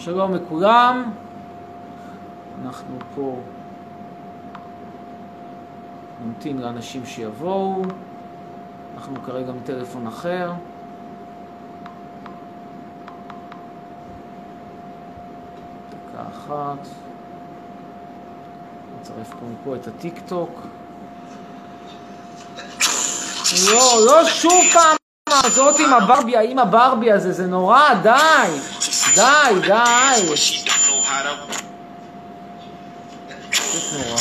שלום לכולם, אנחנו פה נמתין לאנשים שיבואו, אנחנו כרגע מטלפון אחר. דקה אחת, נצרף פה מפה את הטיק טוק. לא שוב פעם הזאת עם הברבי, האם הברבי הזה, זה נורא, די. זה נורא.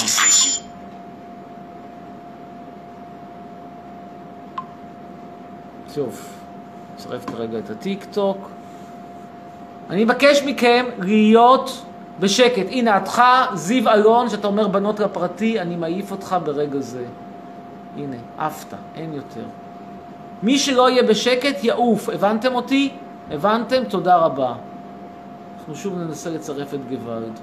טוב, נצרף כרגע את הטיק טוק. אני מבקש מכם להיות בשקט. הנה, עדך זיו אלון, שאתה אומר בנות לפרטי, אני מעיף אותך ברגע זה. הנה, עפת, אין יותר. מי שלא יהיה בשקט יעוף. הבנתם אותי? הבנתם? תודה רבה. אנחנו שוב ננסה לצרף את גוואלד.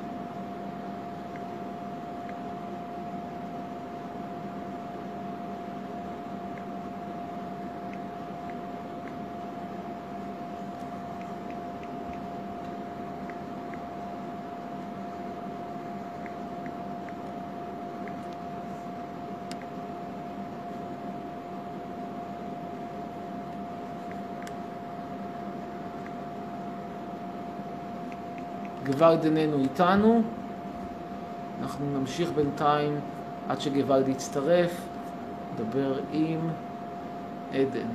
גוואלד איננו איתנו, אנחנו נמשיך בינתיים עד שגוואלד יצטרף, נדבר עם עדן.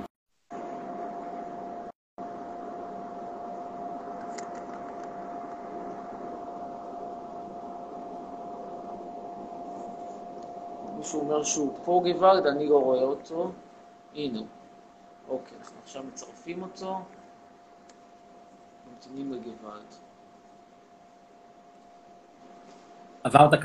מישהו אומר שהוא פה גוואלד, אני לא רואה אותו. הנה הוא. אוקיי, אנחנו עכשיו מצרפים אותו. ממתינים לגוואלד. עברת קו?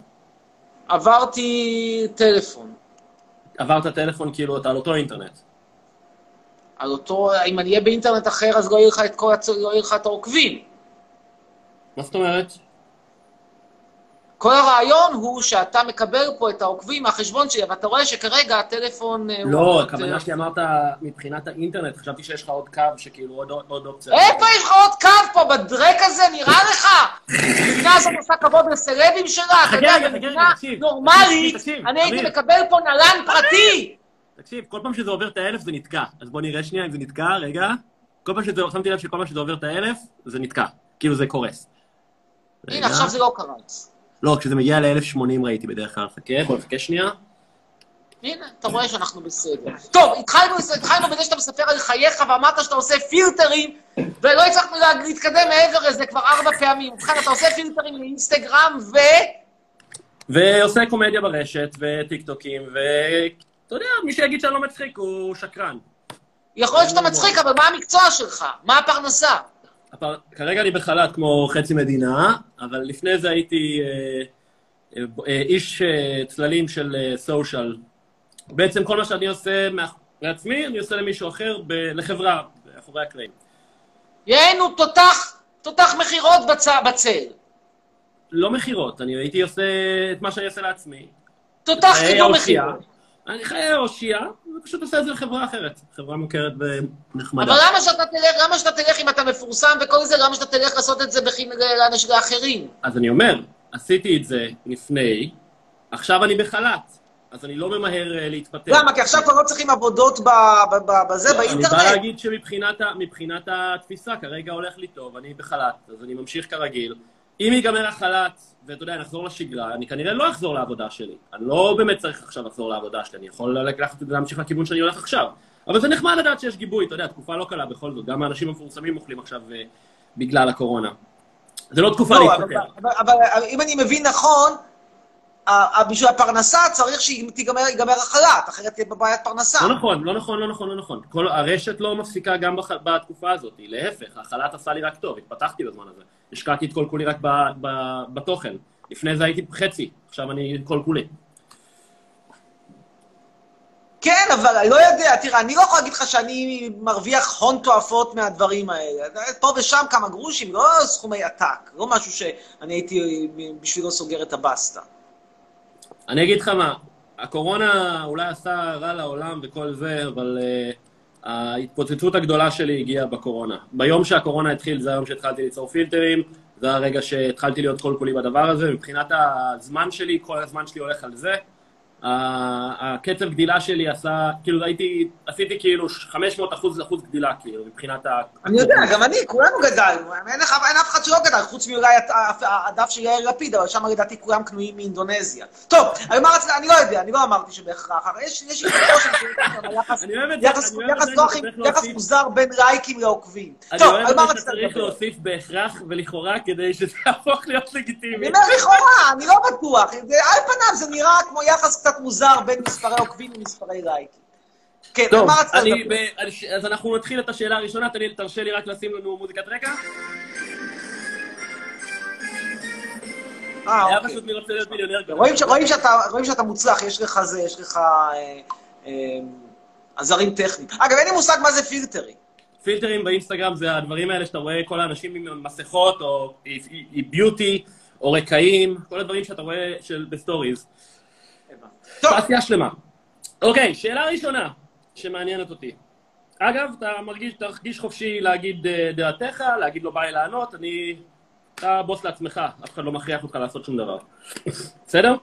עברתי טלפון. עברת טלפון כאילו אתה על אותו אינטרנט? על אותו, אם אני אהיה באינטרנט אחר אז לא יהיה לך את כל לא יהיה לך את העוקבים. מה זאת אומרת? כל הרעיון הוא שאתה מקבל פה את העוקבים מהחשבון שלי, אבל אתה רואה שכרגע הטלפון... לא, הכוונה שלי אמרת מבחינת האינטרנט, חשבתי שיש לך עוד קו שכאילו עוד אופציה. איפה יש לך עוד קו פה בדרק הזה, נראה לך? המדינה הזאת עושה כבוד לסלבים שלה, אתה יודע, במדינה נורמלית, אני הייתי מקבל פה נלן פרטי. תקשיב, כל פעם שזה עובר את ה-1000 זה נתקע, אז בוא נראה שנייה אם זה נתקע, רגע. שמתי לב שכל פעם שזה עובר את ה-1000 זה נתקע, כאילו זה קורס. הנה, עכשיו זה לא קרץ. לא, כשזה מגיע ל-1080 ראיתי בדרך כלל, חכה, בוא נחכה שנייה. הנה, אתה רואה שאנחנו בסדר. טוב, התחלנו בזה שאתה מספר על חייך ואמרת שאתה עושה פילטרים, ולא הצלחנו להתקדם מעבר לזה כבר 4 פעמים. ובכן, אתה עושה פילטרים לאינסטגרם ועושה קומדיה ברשת, וטיקטוקים, ואתה יודע, מי שיגיד שאני לא מצחיק הוא שקרן. יכול להיות שאתה מצחיק, אבל מה המקצוע שלך? מה הפרנסה? כרגע אני בחל"ת כמו חצי מדינה, אבל לפני זה הייתי איש צללים של סושיאל. בעצם כל מה שאני עושה לעצמי, אני עושה למישהו אחר, לחברה, מאחורי הקלעים. יענו תותח מחירות בצל. לא מחירות, אני הייתי עושה את מה שאני עושה לעצמי. תותח קידום מחירות. אני חיי אושייה, ופשוט עושה את זה לחברה אחרת. חברה מוכרת ונחמדה. אבל למה שאתה תלך אם אתה מפורסם וכל זה, למה שאתה תלך לעשות את זה לאנשים אחרים? אז אני אומר, עשיתי את זה לפני, עכשיו אני בחל"ת, אז אני לא ממהר להתפטר. למה? כי עכשיו כבר לא צריכים עבודות בזה, באינטרנט? אני בא להגיד שמבחינת התפיסה, כרגע הולך לי טוב, אני בחל"ת, אז אני ממשיך כרגיל. אם ייגמר החל"ת, ואתה יודע, נחזור לשגרה, אני כנראה לא אחזור לעבודה שלי. אני לא באמת צריך עכשיו לחזור לעבודה שלי, אני יכול להמשיך לכיוון שאני הולך עכשיו. אבל זה נחמד לדעת שיש גיבוי, אתה יודע, תקופה לא קלה בכל זאת, גם האנשים המפורסמים אוכלים עכשיו בגלל הקורונה. זה לא תקופה להתפטר. אבל אם אני מבין נכון, בשביל הפרנסה צריך שיגמר החל"ת, אחרת תהיה בבעיית פרנסה. לא נכון. הרשת לא מפסיקה גם בתקופה הזאת, להפך, החל"ת עשה לי רק טוב, התפתחתי בזמן הזה. השקעתי את כל כולי רק בתוכן. לפני זה הייתי חצי, עכשיו אני כל כולי. כן, אבל אני לא יודע, תראה, אני לא יכול להגיד לך שאני מרוויח הון תועפות מהדברים האלה. פה ושם כמה גרושים, לא סכומי עתק, לא משהו שאני הייתי בשבילו סוגר את הבסטה. אני אגיד לך מה, הקורונה אולי עשה רע לעולם וכל זה, אבל ההתפוצצות הגדולה שלי הגיעה בקורונה. ביום שהקורונה התחיל, זה היום שהתחלתי ליצור פילטרים, זה הרגע שהתחלתי להיות כל כולי בדבר הזה, מבחינת הזמן שלי, כל הזמן שלי הולך על זה. הקצב גדילה שלי עשיתי כאילו 500% גדילה, כאילו, מבחינת אני יודע, גם אני, כולנו גדלנו, אין אף אחד שלא גדל, חוץ מאולי הדף של יאיר לפיד, אבל שם לדעתי כולם קנויים מאינדונזיה. טוב, אני לא יודע, אני לא אמרתי שבהכרח, אבל יש יחס מוזר בין לייקים לעוקבים. אני אוהב שאתה צריך להוסיף בהכרח ולכאורה כדי שזה יהפוך להיות לגיטימי. אני אומר לכאורה, אני לא בטוח, על פניו זה נראה כמו יחס קצת מוזר בין מספרי עוקבים ומספרי לייקים. כן, טוב, אז אנחנו נתחיל את השאלה הראשונה, תרשה לי רק לשים לנו מוזיקת רקע. היה פשוט מי רוצה להיות מיליונר. רואים שאתה מוצלח, יש לך עזרים טכניים. אגב, אין לי מושג מה זה פילטרים. פילטרים באינסטגרם זה הדברים האלה שאתה רואה כל האנשים עם מסכות, או ביוטי, או רקעים, כל הדברים שאתה רואה בסטוריז. תעשייה שלמה. אוקיי, שאלה ראשונה שמעניינת אותי. אגב, אתה תרגיש חופשי להגיד דעתך, להגיד לו ביי לענות, אתה בוס לעצמך, אף אחד לא מכריח אותך לעשות שום דבר. בסדר?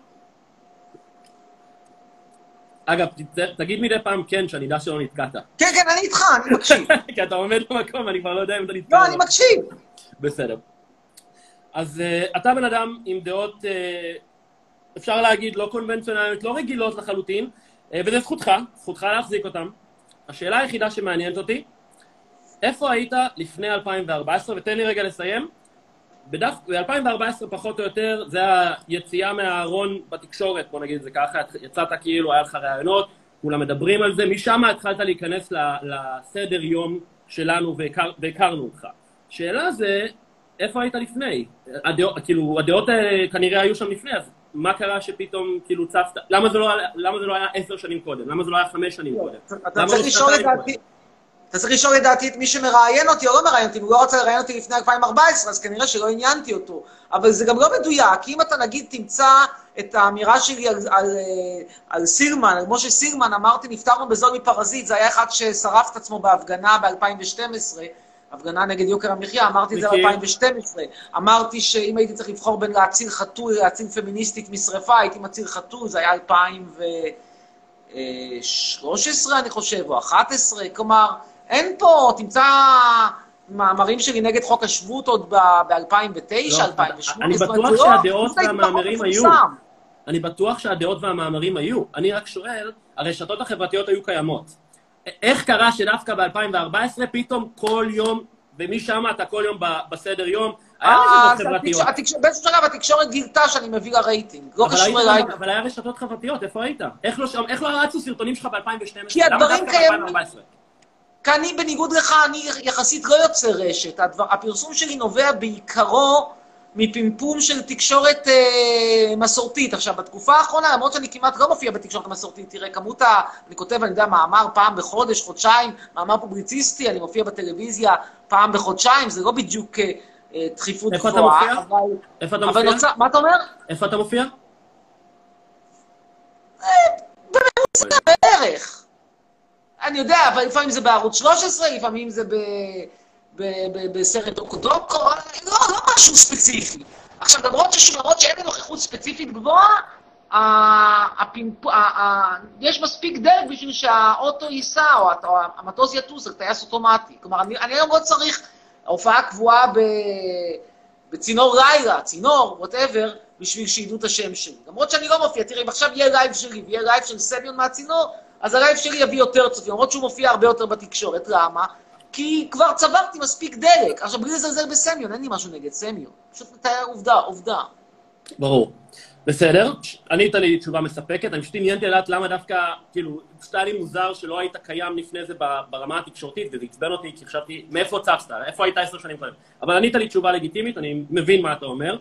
אגב, תגיד מדי פעם כן, שאני יודע שלא נתקעת. כן, אני איתך, אני מקשיב. כי אתה עומד במקום, אני כבר לא יודע אם אתה נתקעת. לא, אני מקשיב. בסדר. אז אתה בן אדם עם דעות, אפשר להגיד, לא קונבנציונליות, לא רגילות לחלוטין, וזה זכותך להחזיק אותם. השאלה היחידה שמעניינת אותי, איפה היית לפני 2014, ותן לי רגע לסיים, ב-2014 פחות או יותר, זה היציאה מהארון בתקשורת, בוא נגיד את זה ככה, יצאת כאילו, היה לך רעיונות, כולם מדברים על זה, משם התחלת להיכנס לסדר יום שלנו והכרנו אותך. שאלה זה, איפה היית לפני? הדעות כנראה היו שם לפני, אז מה קרה שפתאום כאילו צפת? למה זה לא היה 10 שנים קודם? למה זה לא היה 5 שנים קודם? אתה צריך לשאול לדעתי את מי שמראיין אותי או לא מראיין אותי, אם הוא לא רוצה לראיין אותי לפני 2014, אז כנראה שלא עניינתי אותו. אבל זה גם לא מדויק, כי אם אתה נגיד תמצא את האמירה שלי על סילמן, על משה סילמן, אמרתי נפטרנו בזול מפרזית, זה היה אחד ששרף את עצמו בהפגנה ב-2012, הפגנה נגד יוקר המחיה, אמרתי את זה ב-2012, אמרתי שאם הייתי צריך לבחור בין להציל חתול, להציל פמיניסטית משרפה, הייתי מציל חתול, זה היה 2013 אני חושב, או 2011, כלומר, אין פה, תמצא מאמרים שלי נגד חוק השבות עוד ב-2009, 2008. אני בטוח שהדעות והמאמרים היו. אני בטוח שהדעות והמאמרים היו. אני רק שואל, הרשתות החברתיות היו קיימות. איך קרה שדווקא ב-2014 פתאום כל יום, ומשם אתה כל יום בסדר יום, היה רשתות חברתיות. באיזשהו שלב התקשורת גילתה שאני מביא לרייטינג. לא קשור אליי. אבל היה רשתות חברתיות, איפה היית? איך לא רצו סרטונים שלך ב-2012? כי הדברים קיימים. כי אני, בניגוד לך, אני יחסית לא יוצא רשת. הפרסום שלי נובע בעיקרו מפמפום של תקשורת מסורתית. עכשיו, בתקופה האחרונה, למרות שאני כמעט לא מופיע בתקשורת המסורתית, תראה, אני כותב, אני יודע, מאמר פעם בחודש, חודשיים, מאמר פובליציסטי, אני מופיע בטלוויזיה פעם בחודשיים, זה לא בדיוק דחיפות גבוהה. איפה אתה מופיע? מה אתה אומר? איפה אתה מופיע? בממוצע בערך. אני יודע, אבל לפעמים זה בערוץ 13, לפעמים זה בסרט דוקו, לא משהו ספציפי. עכשיו, למרות שאין לי נוכחות ספציפית גבוהה, יש מספיק דרך בשביל שהאוטו ייסע, או המטוס יטוס, זה טייס אוטומטי. כלומר, אני לא צריך הופעה קבועה בצינור לילה, צינור, whatever, בשביל שידעו את השם שלי. למרות שאני לא מופיע, תראה, אם עכשיו יהיה לייב שלי, ויהיה לייב של סמיון מהצינור, אז הלייב שלי יביא יותר צופים, למרות שהוא מופיע הרבה יותר בתקשורת. למה? כי כבר צברתי מספיק דלק. עכשיו, בלי לזלזל בסמיון, אין לי משהו נגד סמיון. פשוט מתאר עובדה. ברור. בסדר, ענית לי תשובה מספקת. אני פשוט עניינתי לדעת למה דווקא, כאילו, היה לי מוזר שלא היית קיים לפני זה ברמה התקשורתית, וזה עצבן אותי, כי חשבתי, מאיפה צפת? איפה היית 10 שנים קודם? אבל ענית לי תשובה לגיטימית, אני מבין מה אתה אומר.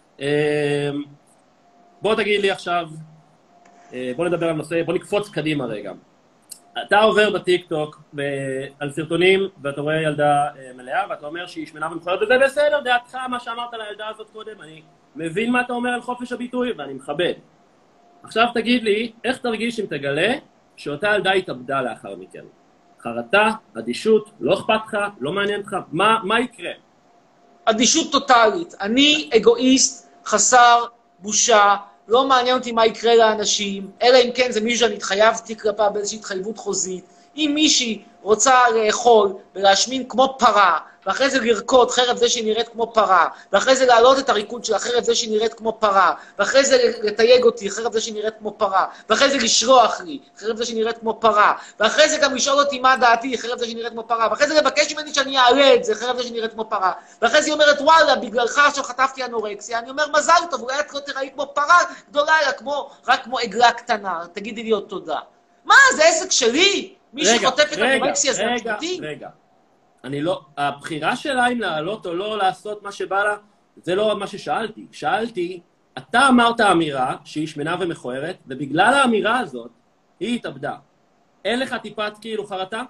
בוא תגיד לי עכשיו, בוא נדבר על נושא, בוא נקפוץ קדימה רגע. אתה עובר בטיקטוק על סרטונים, ואתה רואה ילדה מלאה, ואתה אומר שהיא שמנה ומחולות, וזה בסדר, דעתך, מה שאמרת לילדה הזאת קודם, אני מבין מה אתה אומר על חופש הביטוי, ואני מכבד. עכשיו תגיד לי, איך תרגיש אם תגלה שאותה ילדה התאבדה לאחר מכן? חרטה, אדישות, לא אכפת לך, לא מעניין לך, מה יקרה? אדישות טוטלית. אני אגואיסט, חסר בושה, לא מעניין אותי מה יקרה לאנשים, אלא אם כן זה מישהו שאני התחייבתי כלפיו באיזושהי התחייבות חוזית. אם מישהי רוצה לאכול ולהשמין כמו פרה, ואחרי זה לרקוד חרב זה שהיא נראית כמו פרה, ואחרי זה להעלות את הריקוד שלה חרב זה שהיא נראית כמו פרה, ואחרי זה לתייג אותי חרב זה שהיא נראית כמו פרה, ואחרי זה לשלוח לי חרב זה שהיא נראית כמו פרה, ואחרי זה גם לשאול אותי מה דעתי חרב זה שהיא נראית כמו פרה, ואחרי זה לבקש ממני שאני אעלה את זה חרב זה שהיא נראית כמו פרה, ואחרי זה היא אומרת וואלה בגללך עכשיו חטפתי אנורקסיה, אני אומר מזל טוב, אולי את לא תראי כמו פרה גדולה אלא רק כמו עגלה קטנה, תגידי לי עוד תודה. מה, זה עסק שלי? מי שחוטף את אנורקסיה זה עצמתי? רגע. אני לא, הבחירה שלה אם לעלות או לא לעשות מה שבא לה, זה לא מה ששאלתי. שאלתי, אתה אמרת אמירה שהיא שמנה ומכוערת, ובגלל האמירה הזאת, היא התאבדה. אין לך טיפת כאילו חרטה?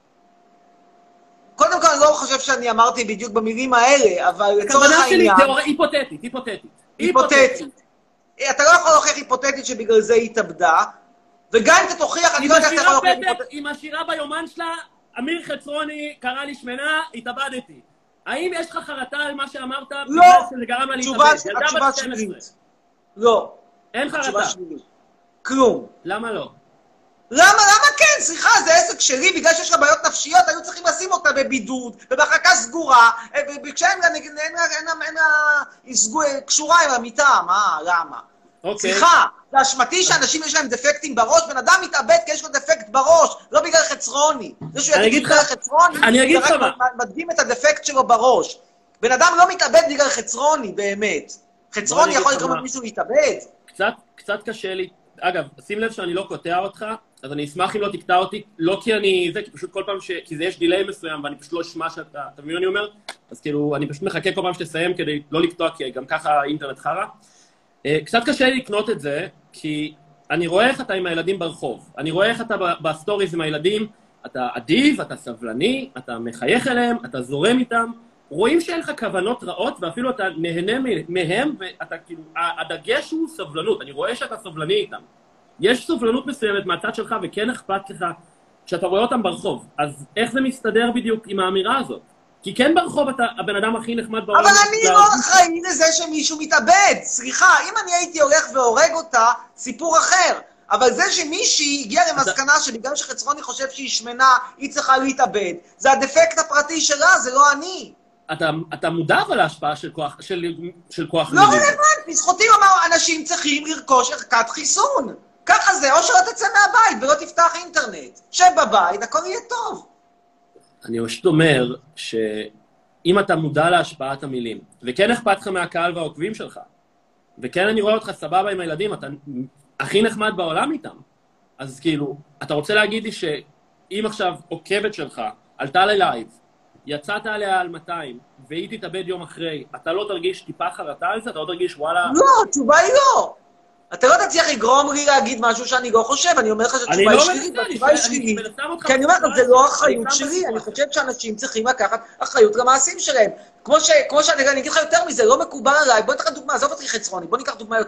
קודם כל, אני לא חושב שאני אמרתי בדיוק במילים האלה, אבל לצורך העניין... הכוונה שלי, היפותטית. אתה לא יכול להוכיח היפותטית שבגלל זה היא התאבדה, וגם אם אתה תוכיח, אני לא יודע איך אתה יכול להוכיח היפותטית. היא משאירה ביומן שלה, אמיר חצרוני קרא לי שמנה, התאבדתי. האם יש לך חרטה על מה שאמרת? לא. שזה גרם לה להתאבד. התשובה שלילית. לא. אין חרטה. כלום. למה לא? למה כן? סליחה, זה עסק שלי, בגלל שיש לך בעיות נפשיות, היו צריכים לשים אותה בבידוד, ובמחלקה סגורה, וכשאין לה קשורה עם המיטה, מה? למה? סליחה, זה אשמתי שאנשים יש להם דפקטים בראש, בן אדם מתאבד כי יש לו דפקט בראש, לא בגלל חצרוני. זה שהוא יגיד בגלל חצרוני, זה רק מדגים את הדפקט שלו בראש. בן אדם לא מתאבד בגלל חצרוני, באמת. חצרוני יכול לגרום למישהו להתאבד. קצת קשה לי. אגב, שים לב שאני לא קוטע אותך, אז אני אשמח אם לא תקטע אותי, לא כי אני זה, כי פשוט כל פעם כי זה יש דיליי מסוים, ואני פשוט לא אשמע שאתה, אתה מבין מה אני אומר? אז כאילו, אני פשוט מחכה כל פעם שתסיים כדי לא לקטוע, כי גם ככה האינטרנט חרה. קצת קשה לי לקנות את זה, כי אני רואה איך אתה עם הילדים ברחוב, אני רואה איך אתה בסטוריז עם הילדים, אתה אדיב, אתה סבלני, אתה מחייך אליהם, אתה זורם איתם, רואים שאין לך כוונות רעות, ואפילו אתה נהנה מהם, ואתה כאילו, הדגש הוא סבלנות, אני רואה שאתה סבלני איתם. יש סבלנות מסוימת מהצד שלך, וכן אכפת לך שאתה רואה אותם ברחוב. אז איך זה מסתדר בדיוק עם האמירה הזאת? כי כן ברחוב אתה הבן אדם הכי נחמד בעולם. אבל אני לא אחראי לזה שמישהו מתאבד. סליחה, אם אני הייתי הולך והורג אותה, סיפור אחר. אבל זה שמישהי הגיעה למסקנה שבגלל שחצרוני חושב שהיא שמנה, היא צריכה להתאבד. זה הדפקט הפרטי שלה, זה לא אני. אתה מודע על ההשפעה של כוח לא רלוונטי, זכותי לומר, אנשים צריכים לרכוש ערכת חיסון. ככה זה, או שלא תצא מהבית ולא תפתח אינטרנט. שב בבית, הכל יהיה טוב. אני פשוט אומר שאם אתה מודע להשפעת המילים, וכן אכפת לך מהקהל והעוקבים שלך, וכן אני רואה אותך סבבה עם הילדים, אתה הכי נחמד בעולם איתם, אז כאילו, אתה רוצה להגיד לי שאם עכשיו עוקבת שלך עלתה ללייב, יצאת עליה על 200, והיא תתאבד יום אחרי, אתה לא תרגיש טיפה חרטה על זה? אתה לא תרגיש וואלה... לא, התשובה היא לא. אתה לא תצליח לגרום לי להגיד משהו שאני לא חושב, אני אומר לך שהתשובה היא שלילית, והתשובה היא שלילית, כי אני אומר לך, זה לא אחריות שלי, אני חושב שאנשים צריכים לקחת אחריות למעשים שלהם. כמו שאני אגיד לך יותר מזה, לא מקובל עליי, בוא ניקח דוגמה, עזוב אותי חצרוני, בוא ניקח דוגמה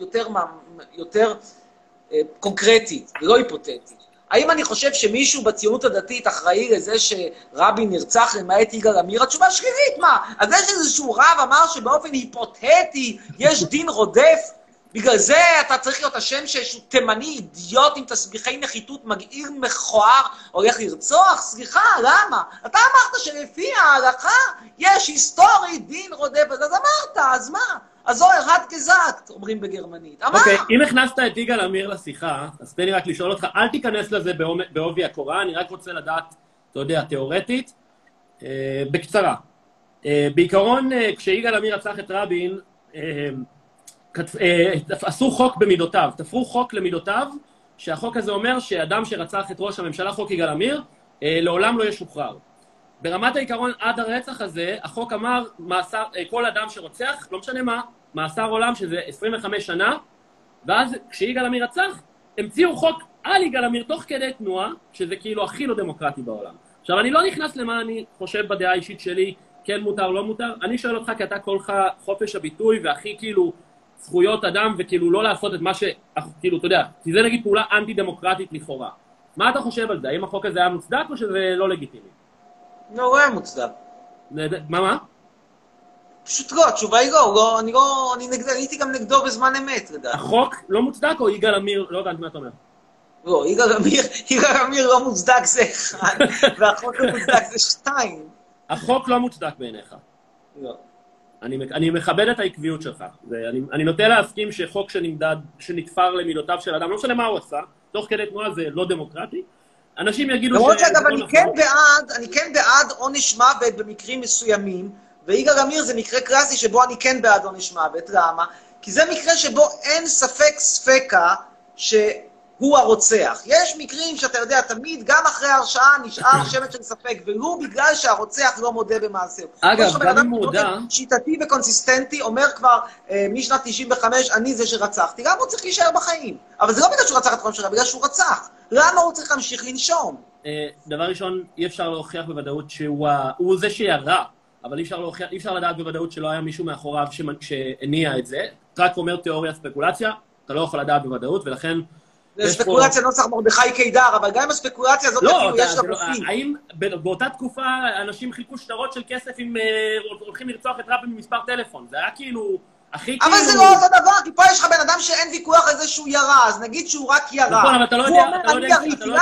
יותר קונקרטית, ולא היפותטית. האם אני חושב שמישהו בציונות הדתית אחראי לזה שרבין נרצח למעט יגאל עמיר? התשובה שלילית, מה? אז יש איזשהו רב אמר שבאופן היפותטי יש דין רודף? בגלל זה אתה צריך להיות השם שאיזשהו תימני אידיוט עם תסביכי נחיתות מגעיל מכוער הולך לרצוח? סליחה, למה? אתה אמרת שלפי ההלכה יש היסטורית דין רודף, אז אמרת, אז מה? אז זו הרד גזקט, אומרים בגרמנית. אוקיי, אם הכנסת את יגאל עמיר לשיחה, אז תן לי רק לשאול אותך, אל תיכנס לזה בעובי הקורה, אני רק רוצה לדעת, אתה יודע, תיאורטית, בקצרה. בעיקרון, כשיגאל עמיר רצח את רבין, עשו חוק במידותיו, תפרו חוק למידותיו, שהחוק הזה אומר שאדם שרצח את ראש הממשלה, חוק יגאל עמיר, לעולם לא ישוחרר. ברמת העיקרון עד הרצח הזה, החוק אמר, כל אדם שרוצח, לא משנה מה, מאסר עולם שזה 25 שנה, ואז כשיגאל עמיר רצח, המציאו חוק על יגאל עמיר תוך כדי תנועה, שזה כאילו הכי לא דמוקרטי בעולם. עכשיו, אני לא נכנס למה אני חושב בדעה האישית שלי, כן מותר, לא מותר, אני שואל אותך כי אתה כולך חופש הביטוי, והכי כאילו זכויות אדם, וכאילו לא לעשות את מה ש... כאילו, אתה יודע, כי זה נגיד פעולה אנטי-דמוקרטית לכאורה. מה אתה חושב על זה? האם החוק הזה היה מוצדק או שזה לא לגיטימי? לא היה מוצדק. מה? פשוט לא, התשובה היא לא, הייתי גם נגדו בזמן אמת, לדעתי. החוק לא מוצדק או יגאל עמיר, לא הבנתי מה אתה אומר. לא, יגאל עמיר לא מוצדק זה אחד, והחוק לא מוצדק זה שתיים. החוק לא מוצדק בעיניך. לא. אני מכבד את העקביות שלך. אני נוטה להסכים שחוק שנתפר למידותיו של אדם, לא משנה מה הוא עשה, תוך כדי תנועה זה לא דמוקרטי. אנשים יגידו למרות שאגב, אני כן בעד עונש מוות במקרים מסוימים, ויגאל עמיר זה מקרה קלאסי שבו אני כן בעד עונש מוות. למה? כי זה מקרה שבו אין ספקה שהוא הרוצח. יש מקרים שאתה יודע, תמיד גם אחרי ההרשעה נשאר שמץ של ספק, ולו בגלל שהרוצח לא מודה במעשהו. אגב, גם אם הוא הודה... שיטתי וקונסיסטנטי אומר כבר משנת 95, אני זה שרצחתי. למה הוא צריך להישאר בחיים? אבל זה לא בגלל שהוא רצח את חום שלך, בגלל שהוא רצח. למה הוא צריך להמשיך לנשום? דבר ראשון, אי אפשר להוכיח בוודאות שהוא זה שירה, אבל אי אפשר לדעת בוודאות שלא היה מישהו מאחוריו שהניע את זה. רק אומר תיאוריה ספקולציה, אתה לא יכול לדעת בוודאות, ולכן... זה ספקולציה נוסח מרדכי קידר, אבל גם הספקולציה הזאת אפילו יש לה רופאים. האם באותה תקופה אנשים חילקו שטרות של כסף אם הולכים לרצוח את רבין ממספר טלפון? זה היה כאילו... אבל זה לא אותו דבר, כי פה יש לך בן אדם שאין ויכוח על זה שהוא ירה, אז נגיד שהוא רק ירה. נכון, אבל אתה לא יודע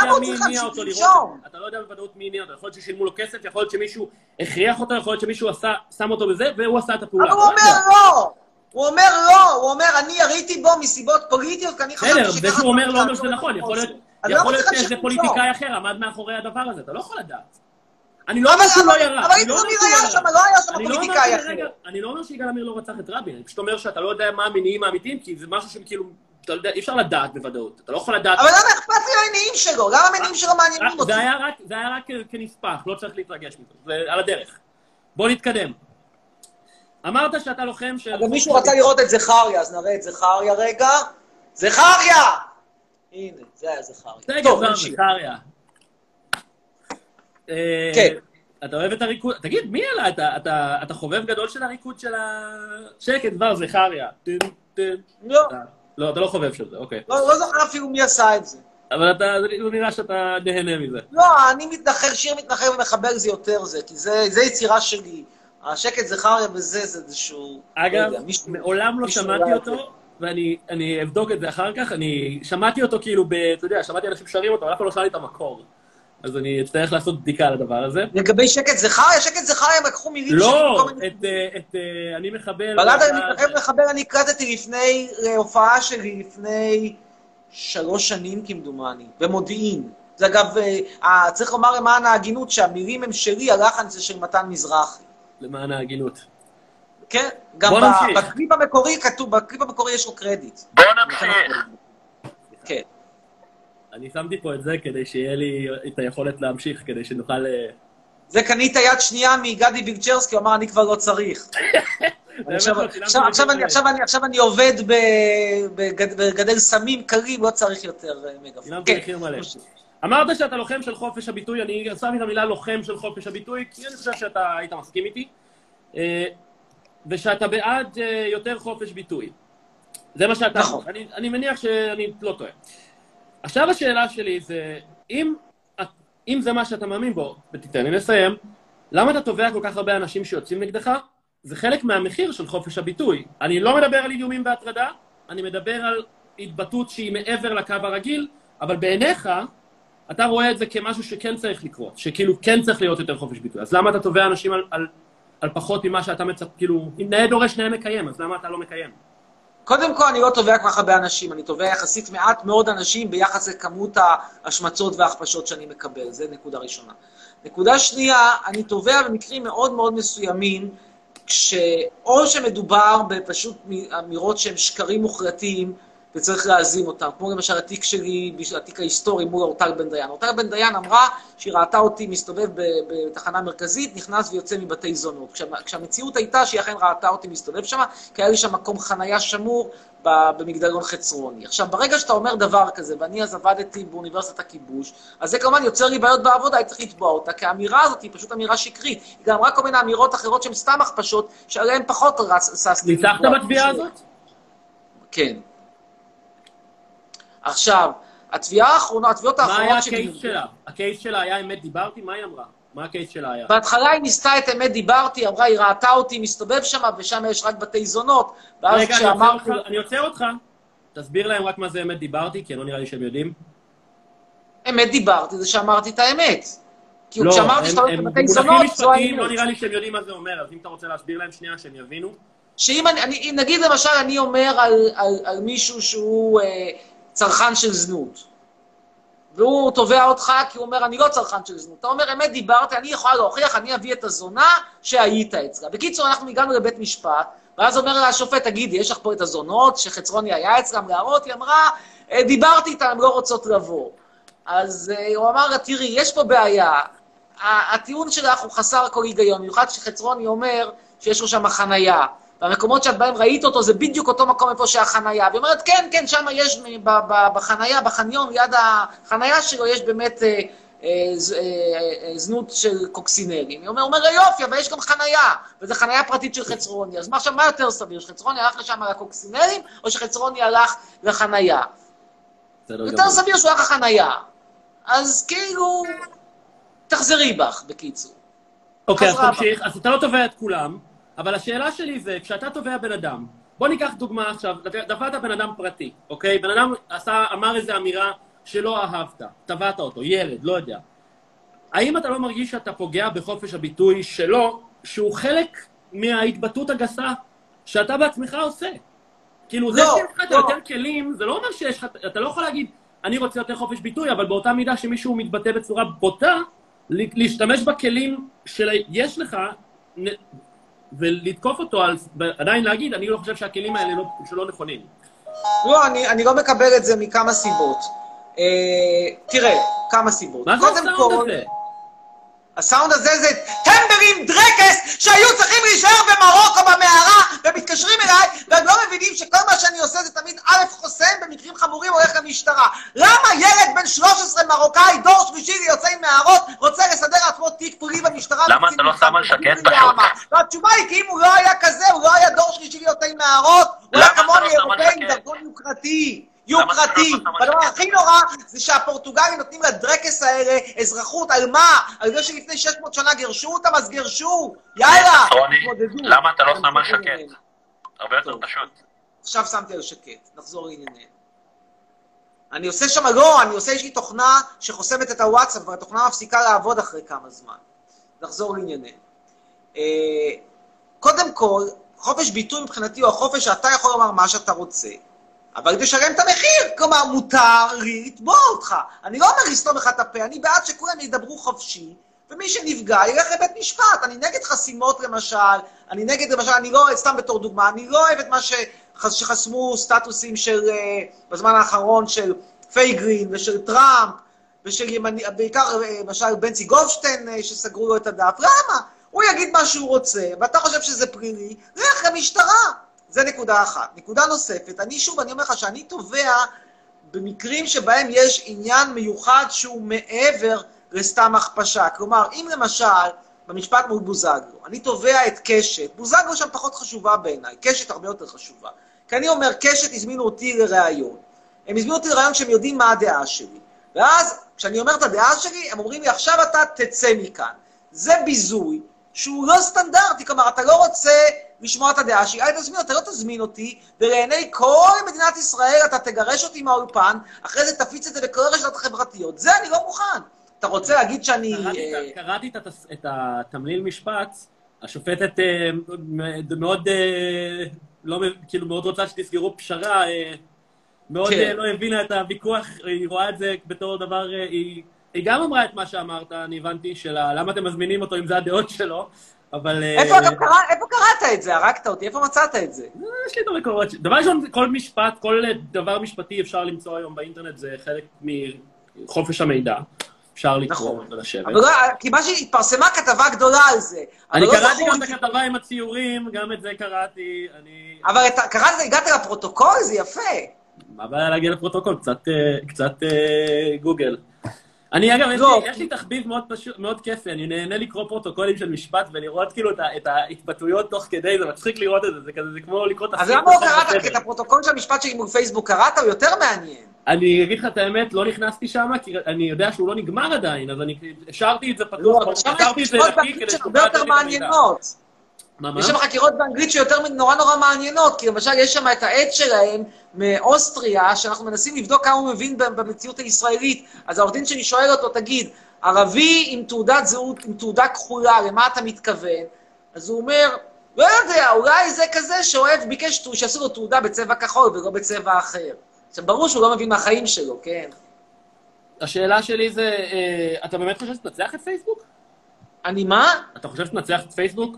בוודאות מי הניע אותו, יכול להיות ששילמו לו כסף, יכול להיות שמישהו הכריח אותו, יכול להיות שמישהו שם אותו בזה, והוא עשה את הפעולה. אבל הוא אומר לא, הוא אומר אני יריתי בו מסיבות פוליטיות, כי אני חשבתי שככה... זה שהוא אומר לא אומר שזה נכון, יכול להיות שזה פוליטיקאי אחר עמד מאחורי הדבר הזה, אתה לא יכול לדעת. אני לא אומר שהוא לא ירה. אבל לא היה שם פוליטיקאי אחר. אני לא אומר שיגאל עמיר לא רצח את רבין, אני פשוט אומר שאתה לא יודע מה המניעים האמיתיים, כי זה משהו שכאילו, אי אפשר לדעת בוודאות, אתה לא יכול לדעת... אבל למה אכפת לי המניעים שלו? למה המניעים שלו מעניינים אותי? זה היה רק כנספח, לא צריך להתרגש מזה, זה על הדרך. בוא נתקדם. אמרת שאתה לוחם של... אבל מישהו רצה לראות את זכריה, אז נראה את זכריה רגע. זכריה! הנה, זה היה זכריה. טוב, זכריה. כן. אתה אוהב את הריקוד? תגיד, מי עלה? אתה חובב גדול של הריקוד של השקט דבר, זכריה. לא. לא, אתה לא חובב של זה, אוקיי. לא זוכר אפילו מי עשה את זה. אבל הוא נראה שאתה נהנה מזה. לא, אני מתנחל, שיר מתנחל ומחבר זה יותר זה, כי זה יצירה שלי. השקט זכריה בזה זה איזשהו... אגב, מעולם לא שמעתי אותו, ואני אבדוק את זה אחר כך, אני שמעתי אותו כאילו, אתה יודע, שמעתי אנשים שרים אותו, אבל אף אחד לא שאל לי את המקור. אז אני אצטרך לעשות בדיקה על הדבר הזה. לגבי שקט זכריה? שקט זכריה הם לקחו מילים לא, אני מחבל... בלד אני מחבר, אני הקלטתי לפני הופעה שלי, לפני 3 שנים כמדומני, במודיעין. זה אגב, צריך לומר למען ההגינות שהמילים הם שלי, הלחן זה של מתן מזרחי. למען ההגינות. כן, גם בקליפ המקורי כתוב, בקליפ המקורי יש לו קרדיט. בוא נמשיך. כן. אני שמתי פה את זה כדי שיהיה לי את היכולת להמשיך, כדי שנוכל... זה קנית יד שנייה מגדי בילצ'רסקי, הוא אמר, אני כבר לא צריך. עכשיו אני עובד בגדל סמים קרים, לא צריך יותר מגפון. שילמתי מחיר מלא. אמרת שאתה לוחם של חופש הביטוי, אני שמתי את המילה לוחם של חופש הביטוי, כי אני חושב שאתה היית מסכים איתי, ושאתה בעד יותר חופש ביטוי. זה מה שאתה... נכון. אני מניח שאני לא טועה. עכשיו השאלה שלי זה, אם זה מה שאתה מאמין בו, ותיתן לי לסיים, למה אתה תובע כל כך הרבה אנשים שיוצאים נגדך? זה חלק מהמחיר של חופש הביטוי. אני לא מדבר על איומים בהטרדה, אני מדבר על התבטאות שהיא מעבר לקו הרגיל, אבל בעיניך, אתה רואה את זה כמשהו שכן צריך לקרות, שכאילו כן צריך להיות יותר חופש ביטוי. אז למה אתה תובע אנשים על פחות ממה שאתה מצפ... כאילו, אם נאה דורש נאה מקיים, אז למה אתה לא מקיים? קודם כל, אני לא תובע כל כך הרבה אנשים, אני תובע יחסית מעט מאוד אנשים ביחס לכמות ההשמצות וההכפשות שאני מקבל, זה נקודה ראשונה. נקודה שנייה, אני תובע במקרים מאוד מאוד מסוימים, או שמדובר בפשוט אמירות שהם שקרים מוחלטים, וצריך להזים אותם, כמו למשל התיק שלי, התיק ההיסטורי מול אורטל בן דיין. אורטל בן דיין אמרה שהיא ראתה אותי מסתובב בתחנה מרכזית, נכנס ויוצא מבתי זונות. כשהמציאות הייתה שהיא אכן ראתה אותי מסתובב שם, כי היה לי שם מקום חנייה שמור במגדלון חצרוני. עכשיו, ברגע שאתה אומר דבר כזה, ואני אז עבדתי באוניברסיטת הכיבוש, אז זה כמובן יוצר לי בעיות בעבודה, אני צריך לתבוע אותה, כי האמירה הזאת היא פשוט אמירה שקרית. היא גם רק כל מיני אמירות אחרות שהן סתם הכפשות, שעליהן פחות ססתי. ניצחת בתביעה הזאת? כן. עכשיו, התביעה האחרונה, התביעות מה היה האחרונות הקייס שלה? הקייס שלה היה אמת דיברתי? מה היא אמרה? מה הקייס שלה היה? בהתחלה היא ניסתה את אמת דיברתי, אמרה, היא ראתה אותי מסתובב שם, ושם יש רק בתי זונות. ואז רגע, כשאמרתי... אני עוצר אותך. תסביר להם רק מה זה אמת דיברתי, כי לא נראה לי שהם יודעים. אמת דיברתי, זה שאמרתי את האמת. כי לא, כשאמרתי שאתה הולך בבתי זונות, זו האמת. לא נראה לי שהם יודעים מה זה אומר, אז אם אתה רוצה להסביר להם שנייה, שהם יבינו. שאם נגיד למשל, אני אומר על מישהו שהוא צרכן של זנות, והוא תובע אותך כי הוא אומר, אני לא צרכן של זנות. אתה אומר, אמת דיברתי, אני יכולה להוכיח, אני אביא את הזונה שהיית אצלה. בקיצור, אנחנו הגענו לבית משפט, ואז אומר לה השופט, תגידי, יש לך פה את הזונות שחצרוני היה אצלם להראות? היא אמרה, דיברתי איתה, הן לא רוצות לבוא. אז הוא אמר, תראי, יש פה בעיה. הטיעון שלך הוא חסר כל היגיון, במיוחד שחצרוני אומר שיש לו שם חנייה. והמקומות שאת בהם ראית אותו, זה בדיוק אותו מקום איפה שהחנייה. והיא אומרת, כן, כן, שם יש בחנייה, בחניון, ליד החנייה שלו, יש באמת זנות של קוקסינרים. היא אומרת, יופי, אבל יש גם חנייה, וזו חנייה פרטית של חצרוני. אז עכשיו, מה יותר סביר? שחצרוני הלך לשם על הקוקסינרים, או שחצרוני הלך לחנייה? יותר סביר שהוא הלך לחנייה. אז כאילו, תחזרי בך, בקיצור. אוקיי, אז תמשיך. אז אתה לא תובע את כולם. אבל השאלה שלי זה, כשאתה תובע בן אדם, בוא ניקח דוגמה עכשיו, תבעת בן אדם פרטי, אוקיי? בן אדם אמר איזו אמירה שלא אהבת, תבעת אותו, ילד, לא יודע. האם אתה לא מרגיש שאתה פוגע בחופש הביטוי שלו, שהוא חלק מההתבטאות הגסה שאתה בעצמך עושה? כאילו, זה שיש לך יותר כלים, זה לא אומר שיש לך, אתה לא יכול להגיד, אני רוצה יותר חופש ביטוי, אבל באותה מידה שמישהו מתבטא בצורה בוטה, להשתמש בכלים שיש לך, ולתקוף אותו, עדיין להגיד, אני לא חושב שהכלים האלה שלא נכונים. לא, אני לא מקבל את זה מכמה סיבות. תראה, כמה סיבות. מה זה הסאונד הזה? הסאונד הזה זה טמברים דרקס שהיו צריכים להישאר במרוקו במערה ומתקשרים אליי והם לא מבינים שכל מה שאני עושה זה תמיד א' חוסם במקרים חמורים הולך למשטרה. למה ילד בן 13 מרוקאי דור שלישי יוצא עם מערות רוצה לסדר לעצמו תיק פלילי במשטרה? למה אתה לא שם על שקט פשוט? והתשובה היא כי אם הוא לא היה כזה, הוא לא היה דור שלישי יוצא עם מערות, הוא היה כמוני אירופאי עם דרכון יוקרתי. יוקרתי. והדבר הכי נורא זה שהפורטוגלים נותנים לדרקס האלה אזרחות על מה? על זה שלפני 600 שנה גירשו אותם, אז גירשו. יאללה, תתמודדו. למה אתה לא שם על שקט? הרבה יותר פשוט. עכשיו שמתי על שקט, נחזור לענייננו. אני עושה שם, לא, יש לי תוכנה שחוסמת את הוואטסאפ, והתוכנה מפסיקה לעבוד אחרי כמה זמן. נחזור לענייננו. קודם כל, חופש ביטוי מבחינתי הוא החופש שאתה יכול לומר מה שאתה רוצה. אבל תשלם את המחיר, כלומר, מותר לי לתבוע אותך. אני לא אומר לסתום לך את הפה, אני בעד שכולם ידברו חופשי, ומי שנפגע ילך לבית משפט. אני נגד חסימות למשל, אני לא, סתם בתור דוגמה, אני לא אוהב את מה שחסמו סטטוסים של, בזמן האחרון של פייגרין ושל טראמפ, ושל בעיקר, למשל, בנצי גופשטיין שסגרו לו את הדף. למה? הוא יגיד מה שהוא רוצה, ואתה חושב שזה פלילי, לך למשטרה. זה נקודה אחת. נקודה נוספת, אני אומר לך שאני תובע במקרים שבהם יש עניין מיוחד שהוא מעבר לסתם הכפשה. כלומר, אם למשל, במשפט מול בוזגלו, אני תובע את קשת, בוזגלו שם פחות חשובה בעיניי, קשת הרבה יותר חשובה. כי אני אומר, קשת הזמינו אותי לראיון. הם הזמינו אותי לראיון שהם יודעים מה הדעה שלי. ואז, כשאני אומר את הדעה שלי, הם אומרים לי, עכשיו אתה תצא מכאן. זה ביזוי שהוא לא סטנדרטי, כלומר, אתה לא רוצה לשמוע את הדעה שלי, אתה לא תזמין אותי, ולעיני כל מדינת ישראל אתה תגרש אותי מהאולפן, אחרי זה תפיץ את זה בכל הרשתות החברתיות. זה אני לא מוכן. אתה רוצה להגיד שאני... קראתי את התמליל משפט, השופטת מאוד, כאילו מאוד רוצה שתסגרו פשרה, מאוד לא הבינה את הוויכוח, היא רואה את זה בתור דבר, היא גם אמרה את מה שאמרת, אני הבנתי, למה אתם מזמינים אותו אם זה הדעות שלו, אבל... איפה קראת את זה? הרגת אותי, איפה מצאת את זה? יש לי את המקורות. דבר ראשון, כל משפט, כל דבר משפטי אפשר למצוא היום באינטרנט, זה חלק מחופש המידע. אפשר לקרוא ולשבת. כי מה שהתפרסמה כתבה גדולה על זה. אני קראתי גם את הכתבה עם הציורים, גם את זה קראתי. אבל קראת, הגעת לפרוטוקול, זה יפה. מה הבעיה להגיע לפרוטוקול? קצת גוגל. אני אגב, יש לי תחביב מאוד כיפי, אני נהנה לקרוא פרוטוקולים של משפט ולראות כאילו את ההתבטאויות תוך כדי, זה מצחיק לראות את זה, זה כמו לקרוא את אז למה לא קראת? את הפרוטוקול של המשפט שלי מול פייסבוק קראת? הוא יותר מעניין. אני אגיד לך את האמת, לא נכנסתי שם, כי אני יודע שהוא לא נגמר עדיין, אז אני השארתי את זה פתוח. לא, אבל שם יש חקירות באנגלית שהרבה יותר מעניינות. יש שם חקירות באנגלית שיותר נורא מעניינות, כי למשל יש שם את העד שלהם מאוסטריה, שאנחנו מנסים לבדוק כמה הוא מבין במציאות הישראלית, אז העורך דין שלי שואל אותו, תגיד, ערבי עם תעודת זהות, עם תעודה כחולה, למה אתה מתכוון? אז הוא אומר, לא יודע, אולי זה כזה שאוהב ביקש שיעשו לו תעודה בצבע כחול ולא בצבע אחר. עכשיו, ברור שהוא לא מבין מהחיים שלו, כן? השאלה שלי זה, אתה באמת חושב שתנצח את פייסבוק? אני מה? אתה חושב שתנצח את פייסבוק?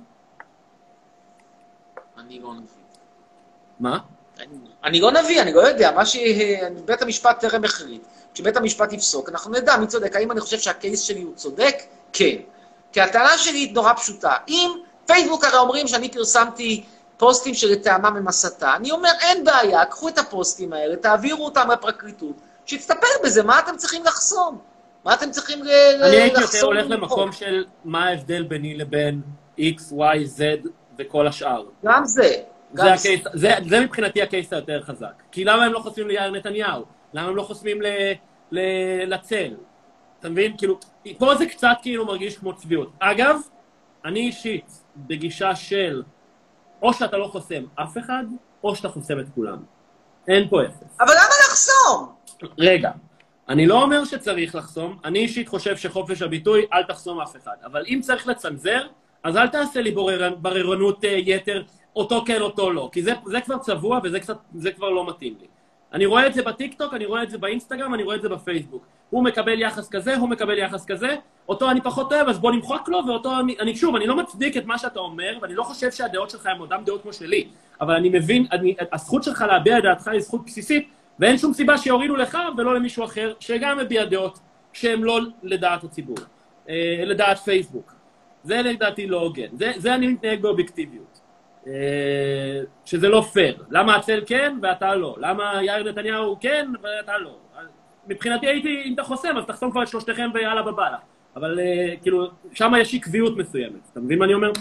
אני לא נביא. מה? אני לא נביא, אני לא יודע. מה שבית המשפט טרם החליט, כשבית המשפט יפסוק, אנחנו נדע מי צודק. האם אני חושב שהקייס שלי הוא צודק? כן. כי הטענה שלי היא נורא פשוטה. אם פייסבוק הרי אומרים שאני פרסמתי פוסטים שלטעמם הם הסתה, אני אומר, אין בעיה, קחו את הפוסטים האלה, תעבירו אותם לפרקליטות, שתטפל בזה, מה אתם צריכים לחסום? מה אתם צריכים לחסום? אני הייתי יותר הולך למקום של מה ההבדל ביני לבין X, Y, Z וכל השאר. גם זה. זה מבחינתי הקייס היותר חזק. כי למה הם לא חוסמים ליאיר נתניהו? למה הם לא חוסמים לצל? אתה מבין? כאילו, פה זה קצת כאילו מרגיש כמו צביעות. אגב, אני אישית בגישה של או שאתה לא חוסם אף אחד, או שאתה חוסם את כולם. אין פה אפס. אבל למה לחסום? רגע, אני לא אומר שצריך לחסום, אני אישית חושב שחופש הביטוי, אל תחסום אף אחד. אבל אם צריך לצנזר, אז אל תעשה לי בררנות יתר, אותו כן, אותו לא. כי זה כבר צבוע וזה כבר לא מתאים לי. אני רואה את זה בטיקטוק, אני רואה את זה באינסטגרם, אני רואה את זה בפייסבוק. הוא מקבל יחס כזה, הוא מקבל יחס כזה, אותו אני פחות אוהב, אז בוא נמחוק לו, ואותו שוב, אני לא מצדיק את מה שאתה אומר, ואני לא חושב שהדעות שלך הן אותן דעות כמו שלי, אבל אני מבין, הזכות שלך להביע את דעתך היא זכות בסיסית, ואין שום סיבה שיורידו לך ולא למישהו אחר, שגם מביע דעות שהן לא לדעת הציבור, לדעת פייסבוק. זה לדעתי לא הוגן, זה אני מתנהג באובייקטיביות. שזה לא פייר. למה הצל כן ואתה לא? למה יאיר נתניהו כן ואתה לא? מבחינתי הייתי, אם אתה חוסם, אז תחסום כבר את שלושתכם ויאללה בבאללה. אבל כאילו, שם יש עקביות מסוימת. אתה מבין מה אני אומר?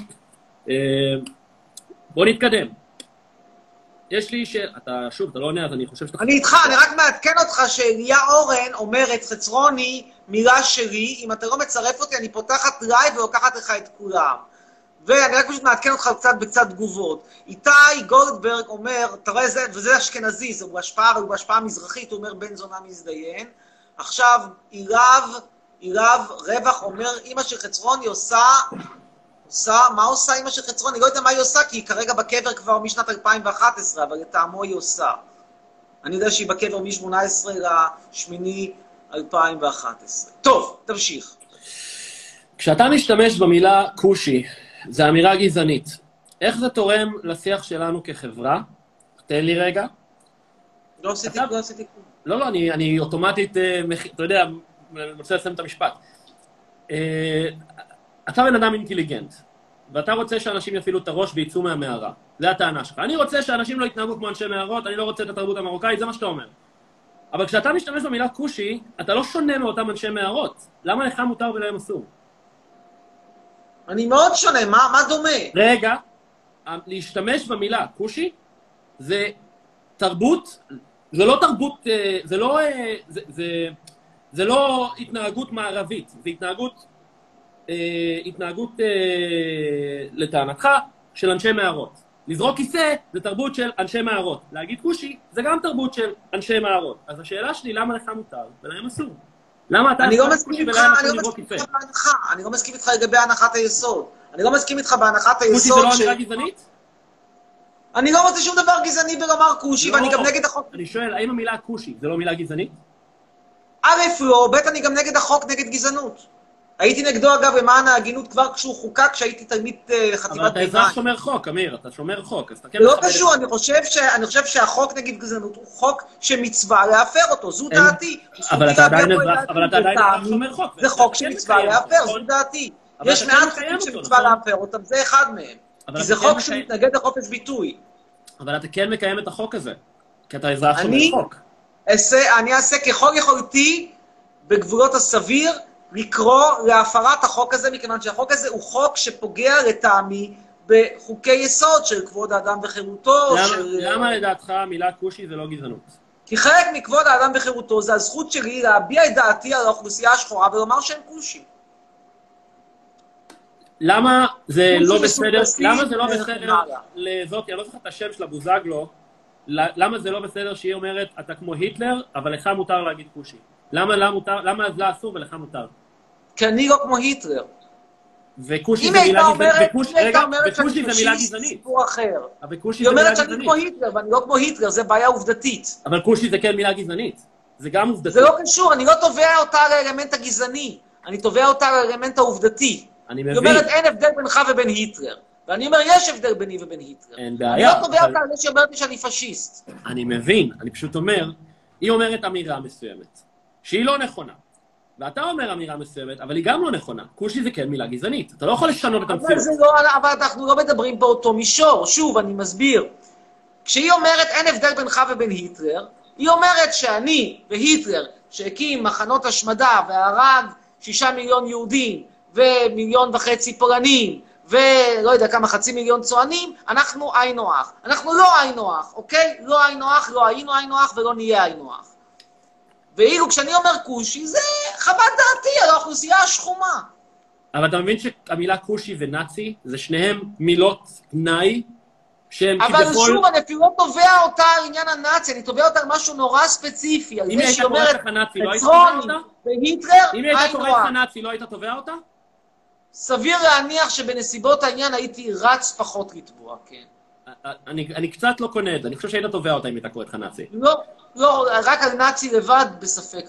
בוא נתקדם. יש לי אתה לא עונה, אז אני חושב שאתה... אני איתך, אני רק מעדכן אותך שאליה אורן אומרת, חצרוני, מילה שלי, אם אתה לא מצרף אותי, אני פותחת לייב ולוקחת לך את כולם. ואני רק פשוט מעדכן אותך בקצת תגובות. איתי גולדברג אומר, תראה, וזה אשכנזי, זה בהשפעה מזרחית, הוא אומר בן זונה מזדיין. עכשיו, אילב רווח אומר, אמא של חצרוני מה עושה אמא של חצרוני? אני לא יודע מה היא עושה, כי היא כרגע בקבר כבר משנת 2011, אבל לטעמו היא עושה. אני יודע שהיא בקבר מ-18 ל-8/2011. טוב, תמשיך. כשאתה משתמש במילה קושי, זה אמירה גזענית. איך זה תורם לשיח שלנו כחברה? תן לי רגע. לא עשיתי כלום. לא, אני אוטומטית, אתה יודע, אני רוצה לסיים את המשפט. אתה בן אדם אינטליגנט, ואתה רוצה שאנשים יפעילו את הראש ויצאו מהמערה. זה הטענה שלך. אני רוצה שאנשים לא יתנהגו כמו אנשי מערות, אני לא רוצה את התרבות המרוקאית, זה מה שאתה אומר. אבל כשאתה משתמש במילה קושי, אתה לא שונה מאותם אנשי מערות. למה לך מותר ולהם אסור? אני מאוד שונה, מה דומה? רגע, להשתמש במילה קושי, זה תרבות, זה לא תרבות, זה לא התנהגות מערבית, זה התנהגות לטענתך של אנשי מערות. לזרוק כיסא זה תרבות של אנשי מערות. להגיד קושי זה גם תרבות של אנשי מערות. אז השאלה שלי, למה לך מותר ולהם אסור? למה אתה... אני לא מסכים איתך לגבי הנחת היסוד. אני לא מסכים איתך בהנחת היסוד קושי זה לא אמירה גזענית? אני לא רוצה שום דבר גזעני בלומר קושי, ואני גם נגד החוק. אני שואל, האם המילה קושי זה לא מילה גזענית? א' לא, ב' אני גם נגד החוק נגד גזענות. הייתי נגדו אגב למען ההגינות כבר כשהוא חוקק, כשהייתי תלמיד חטיבת ביניים. אבל אתה אזרח שומר חוק, אמיר, אתה שומר חוק. לא קשור, אני חושב שהחוק נגד גזענות הוא חוק שמצווה להפר אותו, זו דעתי. אבל אתה עדיין אזרח שומר חוק. זה חוק שמצווה להפר, זו דעתי. יש מעט חוקים שמצווה להפר אותם, זה אחד מהם. כי זה חוק שמתנגד לחופש ביטוי. אבל אתה כן מקיים את החוק הזה, כי אתה אזרח שומר חוק. אני אעשה ככל יכולתי בגבולות הסביר, לקרוא להפרת החוק הזה, מכיוון שהחוק הזה הוא חוק שפוגע לטעמי בחוקי יסוד של כבוד האדם וחירותו. למה לדעתך המילה כושי זה לא גזענות? כי חלק מכבוד האדם וחירותו זה הזכות שלי להביע את דעתי על האוכלוסייה השחורה ולומר שהם כושי. למה זה לא בסדר, למה זה לא בסדר לזאת, אני לא זוכר את השם של הבוזגלו, למה זה לא בסדר שהיא אומרת, אתה כמו היטלר, אבל לך מותר להגיד כושי? למה אז לה אסור ולך מותר? כי אני לא כמו היטלר. וכושי זה מילה גזענית. וכושי זה מילה גזענית. היא אומרת שאני כמו היטלר, ואני לא כמו היטלר, זה בעיה עובדתית. אבל כושי זה כן מילה גזענית. זה גם עובדתית. זה לא קשור, אני לא תובע אותה על האלמנט הגזעני. אני תובע אותה על האלמנט העובדתי. אני מבין. היא אומרת, אין הבדל בינך ובין היטלר. ואני אומר, יש הבדל ביני ובין היטלר. אין בעיה. אני לא תובע אותה על זה שאומרת לי שאני פשיסט. אני מבין, אני פשוט אומר, היא אומרת אמירה מסוימת, שהיא לא נכונה. ואתה אומר אמירה מסוימת, אבל היא גם לא נכונה. כושי זה כן מילה גזענית. אתה לא יכול לשנות את המציאות. אבל אנחנו לא מדברים באותו מישור. שוב, אני מסביר. כשהיא אומרת, אין הבדל בינך ובין היטלר, היא אומרת שאני והיטלר, שהקים מחנות השמדה והרג 6 מיליון יהודים, ו1.5 מיליון פולנים, ולא יודע כמה, 500,000 צוענים, אנחנו היינו הך. אנחנו לא היינו הך, אוקיי? לא היינו הך, לא היינו היינו הך ולא נהיה היינו הך. ואילו כשאני אומר כושי, זה חוות דעתי על האוכלוסייה השחומה. אבל אתה מבין שהמילה כושי ונאצי, זה שניהם מילות גנאי, שהם כביכול... אבל שוב, אני אפילו לא תובע אותה על עניין הנאצי, אני תובע אותה על משהו נורא ספציפי. אם היא הייתה קוראת לך נאצי, לא היית תובע אותה? והיטלר, אם היא הייתה קוראת לך נאצי, לא היית תובע אותה? סביר להניח שבנסיבות העניין הייתי רץ פחות לתבוע, כן. אני קצת לא קונה את זה, אני חושב שהיית תובע אותה אם הייתה קוראת לך נאצי. לא, רק על נאצי לבד בספק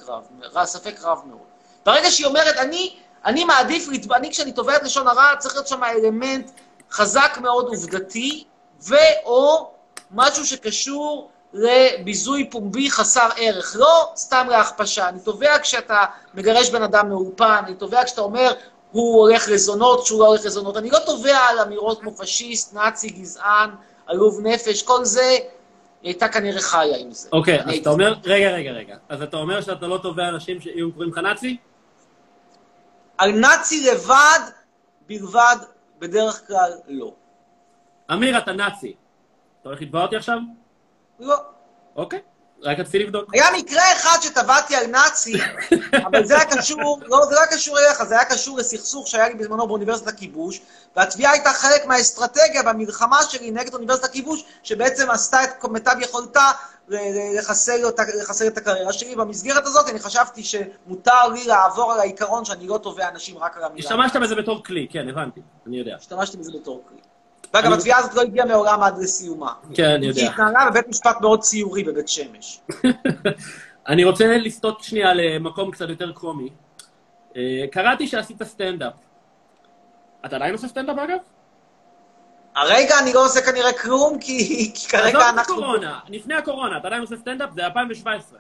רב מאוד. ברגע שהיא אומרת, אני מעדיף לתבוע, כשאני תובע את לשון הרע, צריך להיות שם אלמנט חזק מאוד עובדתי, או משהו שקשור לביזוי פומבי חסר ערך, לא סתם להכפשה. אני תובע כשאתה מגרש בן אדם מאופן, אני תובע כשאתה אומר, הוא הולך לזונות, שהוא לא הולך לזונות. אני לא תובע על אמירות כמו פשיסט, נאצי, גזען, עלוב נפש, כל זה, היא הייתה כנראה חיה עם זה. אוקיי, אז אתה אומר, רגע. אז אתה אומר שאתה לא תובע אנשים שיהיו קוראים לך נאצי? על נאצי לבד, בלבד, בדרך כלל לא. אמיר, אתה נאצי. אתה הולך לתבוע אותי עכשיו? לא. אוקיי. רק רציתי לבדוק. היה מקרה אחד שטבעתי על נאצי, אבל זה היה קשור, לא, זה לא היה קשור אליך, זה היה קשור לסכסוך שהיה לי בזמנו באוניברסיטת הכיבוש, והתביעה הייתה חלק מהאסטרטגיה במלחמה שלי נגד אוניברסיטת הכיבוש, שבעצם עשתה את מיטב יכולתה לחסל את הקריירה שלי. במסגרת הזאת אני חשבתי שמותר לי לעבור על העיקרון שאני לא תובע אנשים רק על המילה. השתמשת בזה בתור כלי, כן, הבנתי, אני יודע. השתמשתי בזה בתור כלי. ואגב, התביעה הזאת לא הגיעה מעולם עד לסיומה. כן, אני יודע. היא התנהלה בבית משפט מאוד ציורי בבית שמש. אני רוצה לסטות שנייה למקום קצת יותר קומי. קראתי שעשית סטנדאפ. אתה עדיין עושה סטנדאפ, אגב? הרגע אני לא עושה כנראה כלום, כי כרגע אנחנו... לפני הקורונה, אתה עדיין עושה סטנדאפ? זה 2017.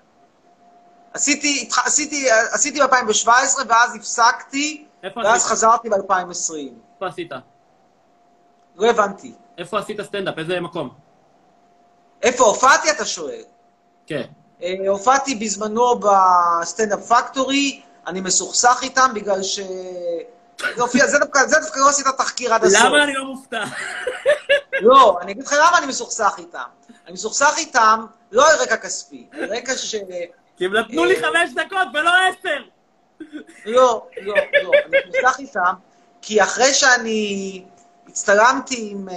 עשיתי ב-2017, ואז הפסקתי, ואז חזרתי ב-2020. איפה עשית? לא הבנתי. איפה עשית סטנדאפ? איזה מקום? איפה הופעתי, אתה שואל? כן. הופעתי בזמנו בסטנדאפ פקטורי, אני מסוכסך איתם בגלל ש... זה דווקא לא עשית תחקיר עד הסוף. למה אני לא מופתע? לא, אני אגיד לך למה אני מסוכסך איתם. אני מסוכסך איתם לא על רקע כספי, על רקע ש... כי הם נתנו לי 5 דקות ולא 10. לא, אני מסוכסך איתם, כי אחרי שאני... הצטלמתי עם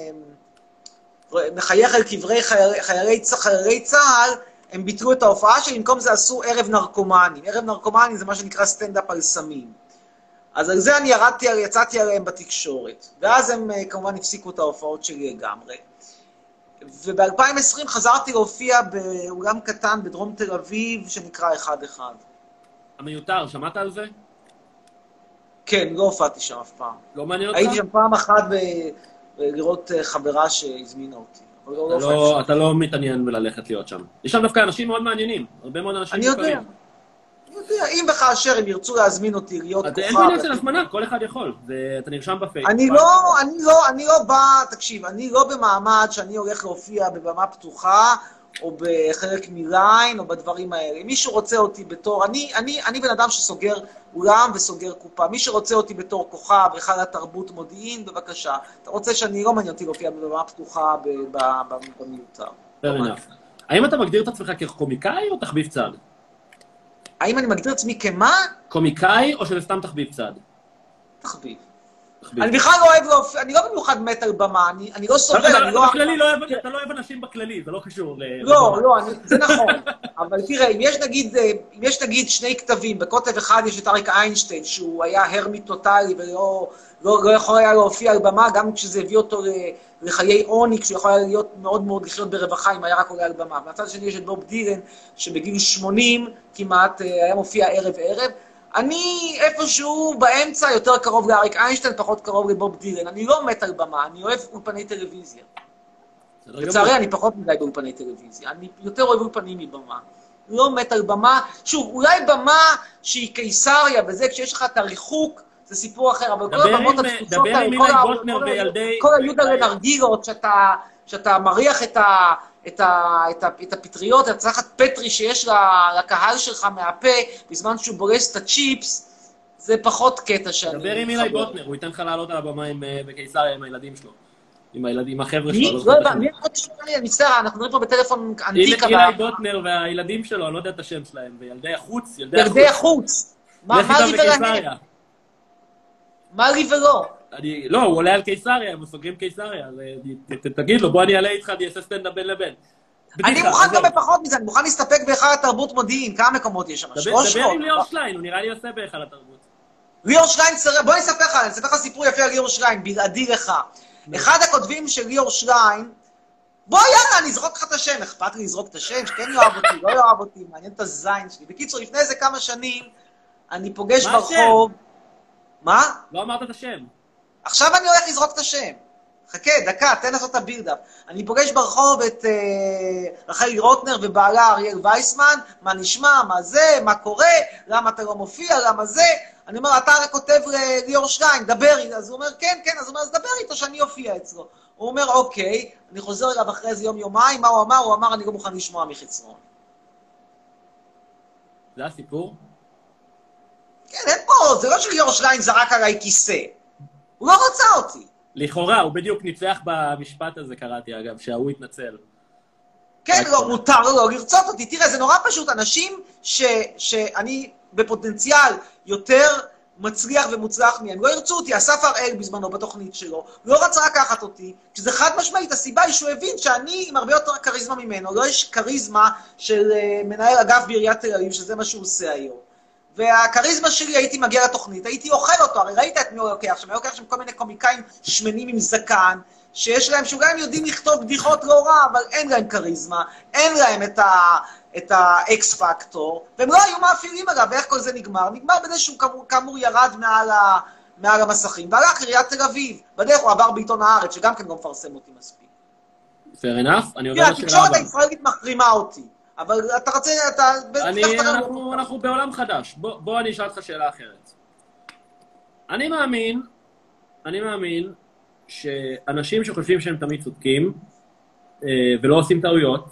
מחייך על קברי חיילי צה"ל, הם ביטלו את ההופעה שלי, במקום זה עשו ערב נרקומנים. ערב נרקומנים זה מה שנקרא סטנדאפ על סמים. אז על זה אני יצאתי עליהם בתקשורת. ואז הם כמובן הפסיקו את ההופעות שלי לגמרי. וב-2020 חזרתי להופיע באולם קטן בדרום תל אביב, שנקרא 1-1. המיותר, שמעת על זה? כן, לא הופעתי שם אף פעם. לא מעניין אותך? הייתי שם פעם אחת לראות חברה שהזמינה אותי. אתה לא מתעניין בללכת להיות שם. יש שם דווקא אנשים מאוד מעניינים, הרבה מאוד אנשים מוכרים. אני יודע, אם וכאשר הם ירצו להזמין אותי להיות כוכב... אין בעניין של הזמנה, כל אחד יכול. אתה נרשם בפייסבוק. אני לא בא, תקשיב, אני לא במעמד שאני הולך להופיע בבמה פתוחה, או בחלק מליין, או בדברים האלה. אם מישהו רוצה אותי בתור, אני בן אדם שסוגר אולם וסוגר קופה. מי שרוצה אותי בתור כוכב, היכל התרבות מודיעין, בבקשה. אתה רוצה שאני לא מעניין אותי להופיע בבמה פתוחה במיותר. האם אתה מגדיר את עצמך כקומיקאי או תחביב צד? האם אני מגדיר את עצמי כמה? קומיקאי או שזה סתם תחביב צד? תחביב. אני בכלל לא אוהב להופיע, אני לא במיוחד מת על במה, אני לא סובל, אני לא... בכללי, אתה לא אוהב אנשים בכללי, זה לא קשור ל... לא, זה נכון. אבל תראה, אם יש נגיד שני כתבים, בקוטב אחד יש את אריק איינשטיין, שהוא היה הרמי טוטלי ולא יכול היה להופיע על במה, גם כשזה הביא אותו לחיי עוני, כשהוא יכול היה להיות מאוד מאוד לחיות ברווחה, אם היה רק עולה על במה. מהצד השני יש את בוב דילן, שבגיל 80 כמעט היה מופיע ערב. אני איפשהו באמצע יותר קרוב לאריק איינשטיין, פחות קרוב לבוב דילן. אני לא מת על במה, אני אוהב אולפני טלוויזיה. לצערי, אני פחות מדי באולפני טלוויזיה. אני יותר אוהב אולפנים מבמה. לא מת על במה. שוב, אולי במה שהיא קיסריה, וזה כשיש לך את הריחוק, זה סיפור אחר, אבל כל הבמות התפוצות האלה, כל היודה לנרגילות, שאתה מריח את הפטריות, את הצלחת פטרי שיש לקהל שלך מהפה, בזמן שהוא בורס את הצ'יפס, זה פחות קטע שאני... דבר עם אילי בוטנר, הוא ייתן לך לעלות על הבמה בקיסריה עם הילדים שלו. עם החבר'ה שלו. מי עוד שומע? אני מצטער, אנחנו מדברים פה בטלפון אנטיקה. אילי בוטנר והילדים שלו, אני לא יודע את השם שלהם, וילדי החוץ, ילדי החוץ. מה לי ולהם? מה לי ולא? לא, הוא עולה על קיסריה, הם סוגרים קיסריה, תגיד לו, בוא אני אעלה איתך, אני אעשה סטנדאפ בין לבין. אני מוכן גם בפחות מזה, אני מוכן להסתפק בהיכל התרבות מודיעין, כמה מקומות יש שם? דבר עם ליאור שליין, הוא נראה לי עושה בהיכל התרבות. ליאור שליין, בוא נספר לך סיפור יפה על ליאור שליין, בלעדי לך. אחד הכותבים של ליאור שליין, בוא יאללה, אני אזרוק לך את השם, אכפת לי לזרוק את השם, שכן יאהב אותי, לא יאהב אותי, מעניין את הזין שלי. בקיצור, לפני איזה כמה שנים, אני פוגש ברחוב... מה? לא אמרת את השם. עכשיו אני הולך לזרוק את השם. חכה, דקה, תן לעשות את הבילדאפ. אני פוגש ברחוב את רחלי רוטנר ובעלה אריאל וייסמן, מה נשמע, מה זה, מה קורה, למה אתה לא מופיע, למה זה. אני אומר, אתה הרי כותב ליאור שליין, דבר איתו. אז הוא אומר, כן, אז הוא אומר, אז דבר איתו שאני אופיע אצלו. הוא אומר, אוקיי, אני חוזר אליו אחרי איזה יומיים, מה הוא אמר? הוא אמר, אני לא מוכן לשמוע מחצרון. זה הסיפור? כן, אין פה, זה לא שליאור שליין זרק עליי כיסא. הוא לא רצה אותי. לכאורה, הוא בדיוק ניצח במשפט הזה, קראתי אגב, שההוא התנצל. כן, לא, מותר לו לרצות אותי. תראה, זה נורא פשוט. אנשים שאני בפוטנציאל יותר מצליח ומוצלח מהם, לא ירצו אותי. אסף הראל בזמנו בתוכנית שלו, לא רצה לקחת אותי, שזה חד משמעית. הסיבה היא שהוא הבין שאני עם הרבה יותר כריזמה ממנו. לא יש כריזמה של מנהל אגף בעיריית תל אביב, שזה מה שהוא עושה היום. והכריזמה שלי, הייתי מגיע לתוכנית, הייתי אוכל אותו, הרי ראית את מי הוא לוקח שם, הוא לוקח שם כל מיני קומיקאים שמנים עם זקן, שיש להם, שאולי הם יודעים לכתוב בדיחות לא רע, אבל אין להם כריזמה, אין להם את האקס פקטור, והם לא היו מאפילים עליו, ואיך כל זה נגמר? נגמר בזה שהוא כאמור ירד מעל המסכים, והלך עיריית תל אביב, בדרך הוא עבר בעיתון הארץ, שגם כן לא מפרסם אותי מספיק. Fair enough, אני עובר לשאלה הבאה. התקשורת הישראלית מחרימה אותי. אבל אתה רוצה, אנחנו בעולם חדש. בוא אני אשאל אותך שאלה אחרת. אני מאמין שאנשים שחושבים שהם תמיד צודקים, ולא עושים טעויות,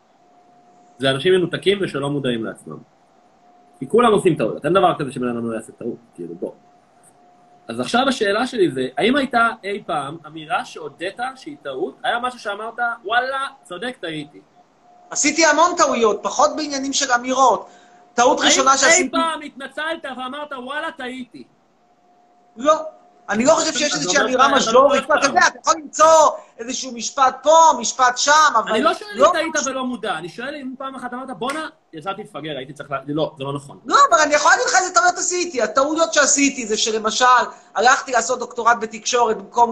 זה אנשים מנותקים ושלא מודעים לעצמם. כי כולם עושים טעויות. אין דבר כזה שבן אדם לא יעשה טעות, כאילו בוא. אז עכשיו השאלה שלי זה, האם הייתה אי פעם אמירה שהודית שהיא טעות? היה משהו שאמרת, וואלה, צודק, טעיתי. עשיתי המון טעויות, פחות בעניינים של אמירות. טעות ראשונה שעשיתי... אי פעם התנצלת ואמרת, וואלה, טעיתי. לא. אני לא חושב שיש איזושהי אמירה מז'ורית. אתה יודע, אתה יכול למצוא איזשהו משפט פה, משפט שם, אבל... אני לא שואל אם טעית ולא מודע. אני שואל אם פעם אחת אמרת, בונה, יצאתי לפגר, הייתי צריך לא, זה לא נכון. לא, אבל אני יכול להגיד לך איזה טעויות עשיתי. הטעויות שעשיתי זה שלמשל, הלכתי לעשות דוקטורט בתקשורת במקום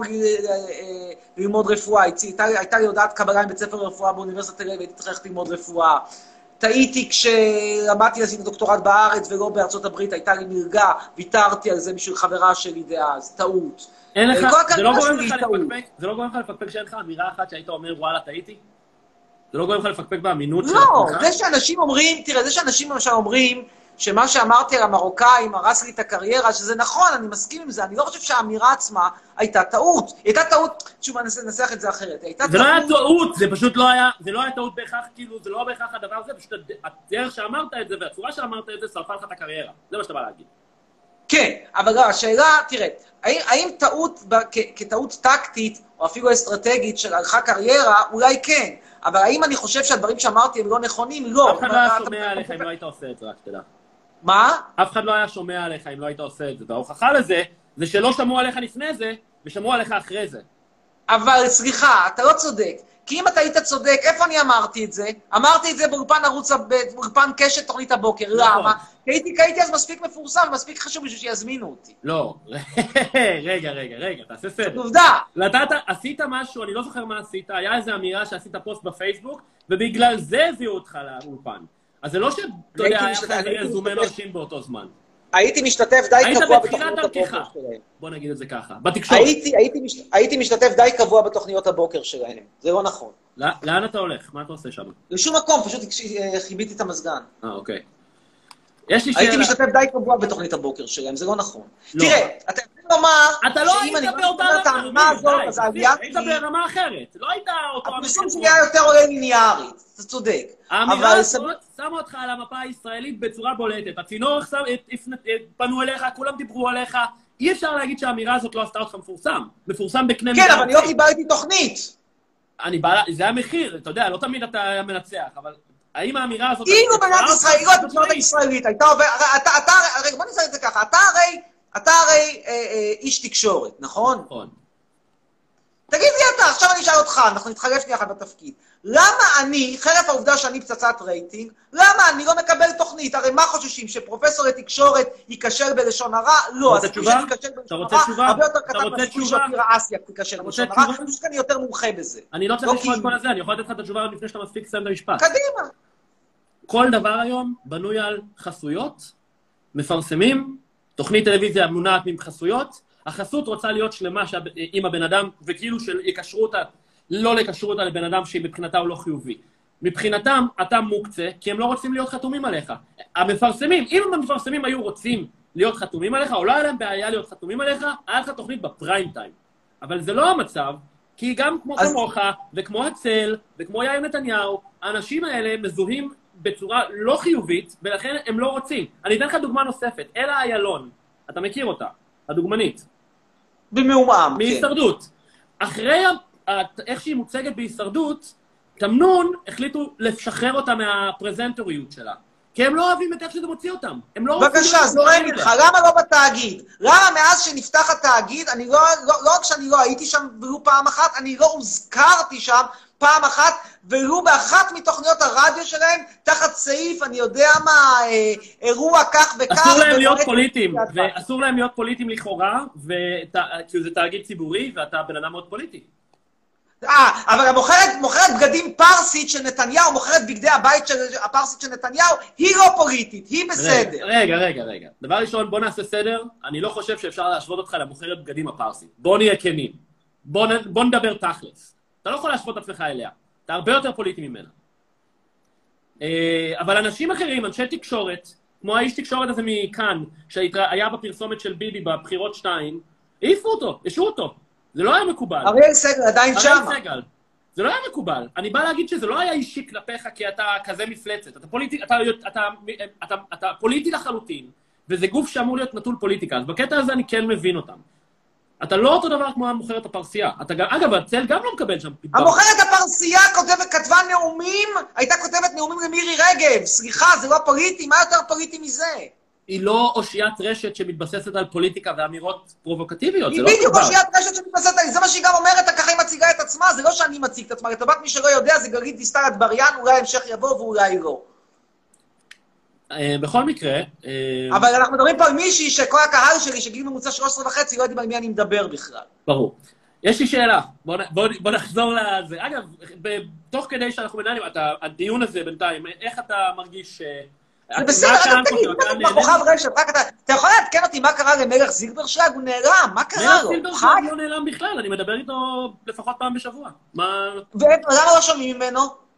ללמוד רפואה. הייתה לי הודעת קבלה מבית ספר לרפואה באוניברסיטת תל אביב, הייתי צריך ללמוד רפואה. טעיתי כשלמדתי לעשות דוקטורט בארץ ולא בארצות הברית, הייתה לי מלגה, ויתרתי על זה בשביל חברה שלי דאז, טעות. זה לא גורם לך לפקפק שאין לך אמירה אחת שהיית אומר, וואלה, טעיתי? זה לא גורם לך לפקפק באמינות של... לא, זה שאנשים אומרים, תראה, זה שאנשים למשל אומרים שמה שאמרתי על המרוקאים הרס לי את הקריירה, שזה נכון, אני מסכים עם זה, אני לא חושב שהאמירה עצמה הייתה טעות. היא הייתה טעות, שוב, אני אנסח את זה אחרת. זה לא היה טעות, זה פשוט לא היה, זה לא היה טעות בהכרח, כאילו, זה לא בהכרח הדבר הזה, פשוט הדרך שאמרת את זה והצורה שאמרת את זה, שרפה לך את הקריירה. זה מה שאתה בא להגיד. כן, אבל לא, השאלה, תראה, האם טעות כטעות טקטית, או אפילו אסטרטגית של ערכה קריירה, אולי כן, אבל האם אני חושב שהדברים שאמרתי הם לא נכונים? לא. אף אחד לא היה שומע עליך אם לא היית עושה את זה, רק שתדע. מה? אף אחד לא היה שומע עליך אם לא היית עושה את זה. וההוכחה לזה, זה שלא שמעו עליך לפני זה, ושמעו עליך אחרי זה. אבל סליחה, אתה לא צודק. כי אם אתה היית צודק, איפה אני אמרתי את זה? אמרתי את זה באולפן קשת תוכנית הבוקר. למה? כי הייתי אז מספיק מפורסם, מספיק חשוב בשביל שיזמינו אותי. לא, רגע, תעשה סדר. עובדה. עשית משהו, אני לא זוכר מה עשית, היה איזו אמירה שעשית פוסט בפייסבוק, ובגלל זה הביאו אותך לאולפן. אז זה לא שאתה יודע, היה לך רזומה מרשים באותו זמן. הייתי משתתף די קבוע בתוכניות הבוקר שלהם. בוא נגיד את זה ככה, בתקשורת. הייתי משתתף די קבוע בתוכניות הבוקר שלהם, זה לא נכון. לאן אתה הולך? מה אתה עושה שם? לשום מקום, פשוט חיביתי את המזגן. אוקיי. הייתי משתתף די קבוע בתוכנית הבוקר שלהם, זה לא נכון. תראה, אתה יכול לומר אתה לא היית באותה רמה, היית ברמה אחרת. לא היית אותו... הפרסום שלי היה יותר עולה ליניארית, אתה צודק. האמירה הזאת שמה אותך על המפה הישראלית בצורה בולטת. הצינור פנו אליך, כולם דיברו עליך. אי אפשר להגיד שהאמירה הזאת לא עשתה אותך מפורסם בקנה מידה. כן, אבל אני לא קיבלתי תוכנית. זה המחיר, אתה יודע, לא תמיד אתה מנצח, אבל האם האמירה הזאת... אילו בנת ישראל, לא התקשורת הישראלית, הייתה עובר... בוא נעשה את זה ככה, אתה הרי איש תקשורת, נכון? נכון. תגיד לי אתה, עכשיו אני אשאל אותך, אנחנו נתחלף שנייה אחת בתפקיד. למה אני, חרף העובדה שאני פצצת רייטינג, למה אני לא מקבל תוכנית? הרי מה חוששים, שפרופסור לתקשורת ייכשל בלשון הרע? לא, אז כפי שאני ייכשל בלשון הרע, הרבה יותר קטן מהסיכוי שאופיר אסיה ייכשל בלשון הרע, אני חושב שאני יותר מומחה בזה. אני לא צריך לשמוע את כל הזה, אני יכול לתת לך את התשובה לפני שאתה מספיק לסיים את המשפט. קדימה. כל דבר היום בנוי על חסויות, מפרסמים, תוכנית טלוויזיה מונעת מחסויות, החסות רוצה להיות שלמה עם הבן אדם, וכאילו שיקשרו אותה, לא לקשרו אותה לבן אדם שמבחינתה הוא לא חיובי. מבחינתם אתה מוקצה, כי הם לא רוצים להיות חתומים עליך. המפרסמים, אם המפרסמים היו רוצים להיות חתומים עליך, או לא היה להם בעיה להיות חתומים עליך, היה לך תוכנית בפריים טיים. אבל זה לא המצב, כי גם כמו כמוך, וכמו הצל, וכמו יאיר נתניהו, האנשים האלה מזוהים בצורה לא חיובית, ולכן הם לא רוצים. אני אתן לך דוגמה נוספת, אלה איילון, אתה מכיר אותה, הדוגמנית. במעומעם, כן. מהישרדות. אחרי איך שהיא מוצגת בהישרדות, תמנון החליטו לשחרר אותה מהפרזנטוריות שלה. כי הם לא אוהבים את איך שזה מוציא אותם. בבקשה, זורם לך, למה לא בתאגיד? למה מאז שנפתח התאגיד, לא רק שאני לא הייתי שם ולו פעם אחת, אני לא הוזכרתי שם פעם אחת, ולו באחת מתוכניות הרדיו שלהם, תחת סעיף, אני יודע מה, אירוע כך וכך. אסור להם להיות פוליטיים, ואסור להם להיות פוליטיים לכאורה, כי זה תאגיד ציבורי, ואתה בן אדם מאוד פוליטי. אבל מוכרת בגדים פרסית של נתניהו, מוכרת בגדי הבית של הפרסית של נתניהו, היא לא פוליטית, היא בסדר. רגע. דבר ראשון, בוא נעשה סדר. אני לא חושב שאפשר להשוות אותך למוכרת בגדים הפרסית. בוא נהיה כנים. בוא נדבר תכלס. אתה לא יכול להשוות את עצמך אליה. אתה הרבה יותר פוליטי ממנה. אבל אנשים אחרים, אנשי תקשורת, כמו האיש תקשורת הזה מכאן, שהיה בפרסומת של ביבי בבחירות 2, העיפו אותו, השאו אותו. זה לא היה מקובל. אריאל סגל עדיין שם. אריאל סגל. זה לא היה מקובל. אני בא להגיד שזה לא היה אישי כלפיך כי אתה כזה מפלצת. אתה פוליטי לחלוטין, וזה גוף שאמור להיות נטול פוליטיקה. אז בקטע הזה אני כן מבין אותם. אתה לא אותו דבר כמו המוכרת הפרסייה. אגב, הצל גם לא מקבל שם פתאום. המוכרת הפרסייה כתבה נאומים, הייתה כותבת נאומים למירי רגב. סליחה, זה לא פוליטי, מה יותר פוליטי מזה? היא לא אושיית רשת שמתבססת על פוליטיקה ואמירות פרובוקטיביות. היא בדיוק אושיית רשת שמתבססת על זה מה שהיא גם אומרת, ככה היא מציגה את עצמה, זה לא שאני מציג את עצמה, לטובת מי שלא יודע, זה גלית דיסטל אטבריאן, אולי המשך יבוא ואולי לא. בכל מקרה... אבל אנחנו מדברים פה על מישהי שכל הקהל שלי, שגיל ממוצע 13.5, לא יודעים על מי אני מדבר בכלל. ברור. יש לי שאלה, בוא נחזור לזה. אגב, תוך כדי שאנחנו מנהלים, הדיון הזה בינתיים, איך אתה מרגיש... זה בסדר, אגב תגיד, אתה בכוכב רשת, רק אתה יכול לעדכן אותי מה קרה למלך זילברשלג, הוא נעלם, מה קרה לו? מלך זילברשלג לא נעלם בכלל, אני מדבר איתו לפחות פעם בשבוע. ולמה לא שומעים ממנו?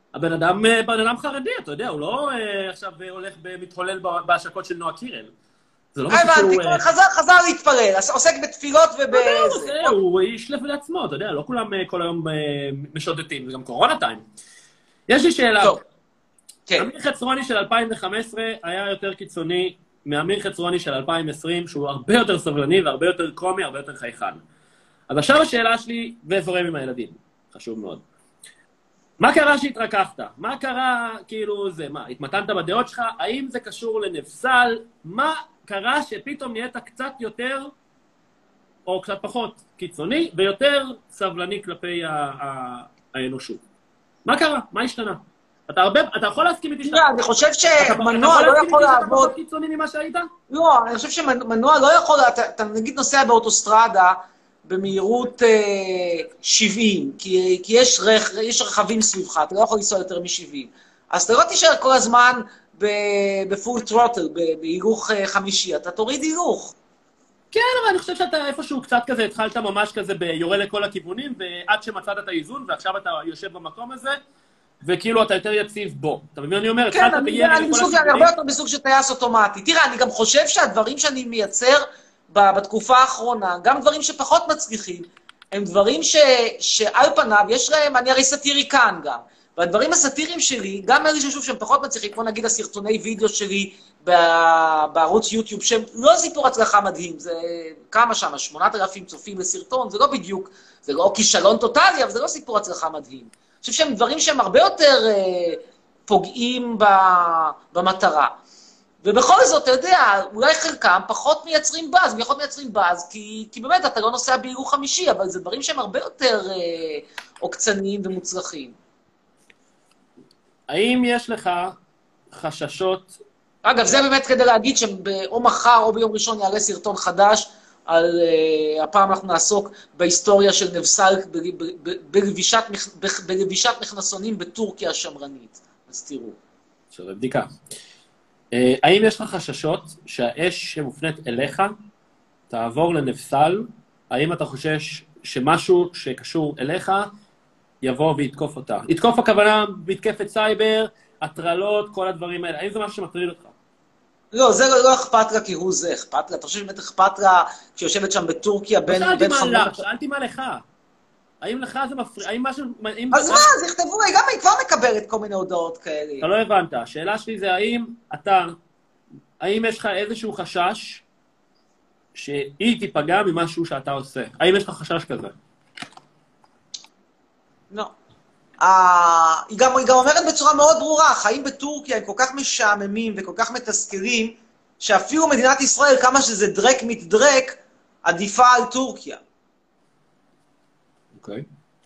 הבן אדם חרדי, אתה יודע, הוא לא עכשיו הולך מתחולל בהשקות של נועה קירל. זה לא משהו שהוא... הבנתי, חזר להתפלל, עוסק בתפילות ובזה. הוא ישלף לעצמו, אתה יודע, לא כולם כל היום משוטטים, זה גם קורונה טיים. יש לי שאלה. אמיר חצרוני של 2015 היה יותר קיצוני מאמיר חצרוני של 2020, שהוא הרבה יותר סבלני והרבה יותר קומי, הרבה יותר חייכן. אז עכשיו השאלה שלי, וזורם עם הילדים, חשוב מאוד. מה קרה שהתרככת? מה קרה, כאילו, זה, מה, התמתנת בדעות שלך? האם זה קשור לנפסל? מה קרה שפתאום נהיית קצת יותר, או קצת פחות קיצוני, ויותר סבלני כלפי האנושות? מה קרה? מה השתנה? אתה יכול להסכים איתי שאתה... אני חושב שמנוע לא יכול לעבוד... אתה יכול להסכים איתי שאתה קיצוני ממה שהיית? לא, אני חושב שמנוע לא יכול... אתה נגיד נוסע באוטוסטרדה במהירות 70, כי יש רכבים סביבך, אתה לא יכול לנסוע יותר מ-70. אז אתה לא תישאר כל הזמן בפול טרוטל, בהילוך 50, אתה תוריד הילוך. כן, אבל אני חושב שאתה איפשהו קצת כזה, התחלת ממש כזה ביורה לכל הכיוונים, ועד שמצאת את האיזון, ועכשיו אתה יושב במקום הזה, וכאילו אתה יותר יציב בו. אתה מבין, אני אומר, כן, אני הרבה יותר בסוג של טייס אוטומטי. תראה, אני גם חושב שהדברים שאני מייצר בתקופה האחרונה, גם דברים שפחות מצליחים, הם דברים שעל פניו יש להם, אני הרי סטיריקן גם, והדברים הסטיריים שלי, גם אלה ששוב שהם פחות מצליחים, כמו נגיד הסרטוני וידאו שלי בערוץ יוטיוב, שהם לא סיפור הצלחה מדהים, זה כמה שם, 8,000 צופים לסרטון, זה לא בדיוק, זה לא כישלון טוטלי, אבל זה לא סיפור הצלחה מדהים. אני חושב שהם דברים שהם הרבה יותר פוגעים במטרה. ובכל זאת, אתה יודע, אולי חלקם פחות מייצרים באז, פחות מייצרים באז, כי באמת אתה לא נוסע בהילוך 50, אבל זה דברים שהם הרבה יותר עוקצניים ומוצלחים. האם יש לך חששות... אגב, זה באמת כדי להגיד שאו מחר או ביום ראשון יעלה סרטון חדש, על הפעם אנחנו נעסוק בהיסטוריה של נבסל בלבישת מכנסונים בטורקיה השמרנית. אז תראו. שווה בדיקה. האם יש לך חששות שהאש שמופנית אליך תעבור לנבסל? האם אתה חושש שמשהו שקשור אליך יבוא ויתקוף אותה? יתקוף הכוונה מתקפת סייבר, הטרלות, כל הדברים האלה. האם זה משהו שמטריד אותך? לא, זה לא אכפת לה כי הוא זה אכפת לה. אתה חושב שבאמת אכפת לה כשיושבת שם בטורקיה בין חמור... שאלתי מה לך. האם לך זה מפריע? אז מה? אז יכתבו, גם היא כבר מקבלת כל מיני הודעות כאלה. אתה לא הבנת. השאלה שלי זה האם יש לך איזשהו חשש שהיא תיפגע ממשהו שאתה עושה? האם יש לך חשש כזה? לא. היא גם אומרת בצורה מאוד ברורה, החיים בטורקיה הם כל כך משעממים וכל כך מתסכלים, שאפילו מדינת ישראל, כמה שזה דרק מתדרק, עדיפה על טורקיה. אוקיי.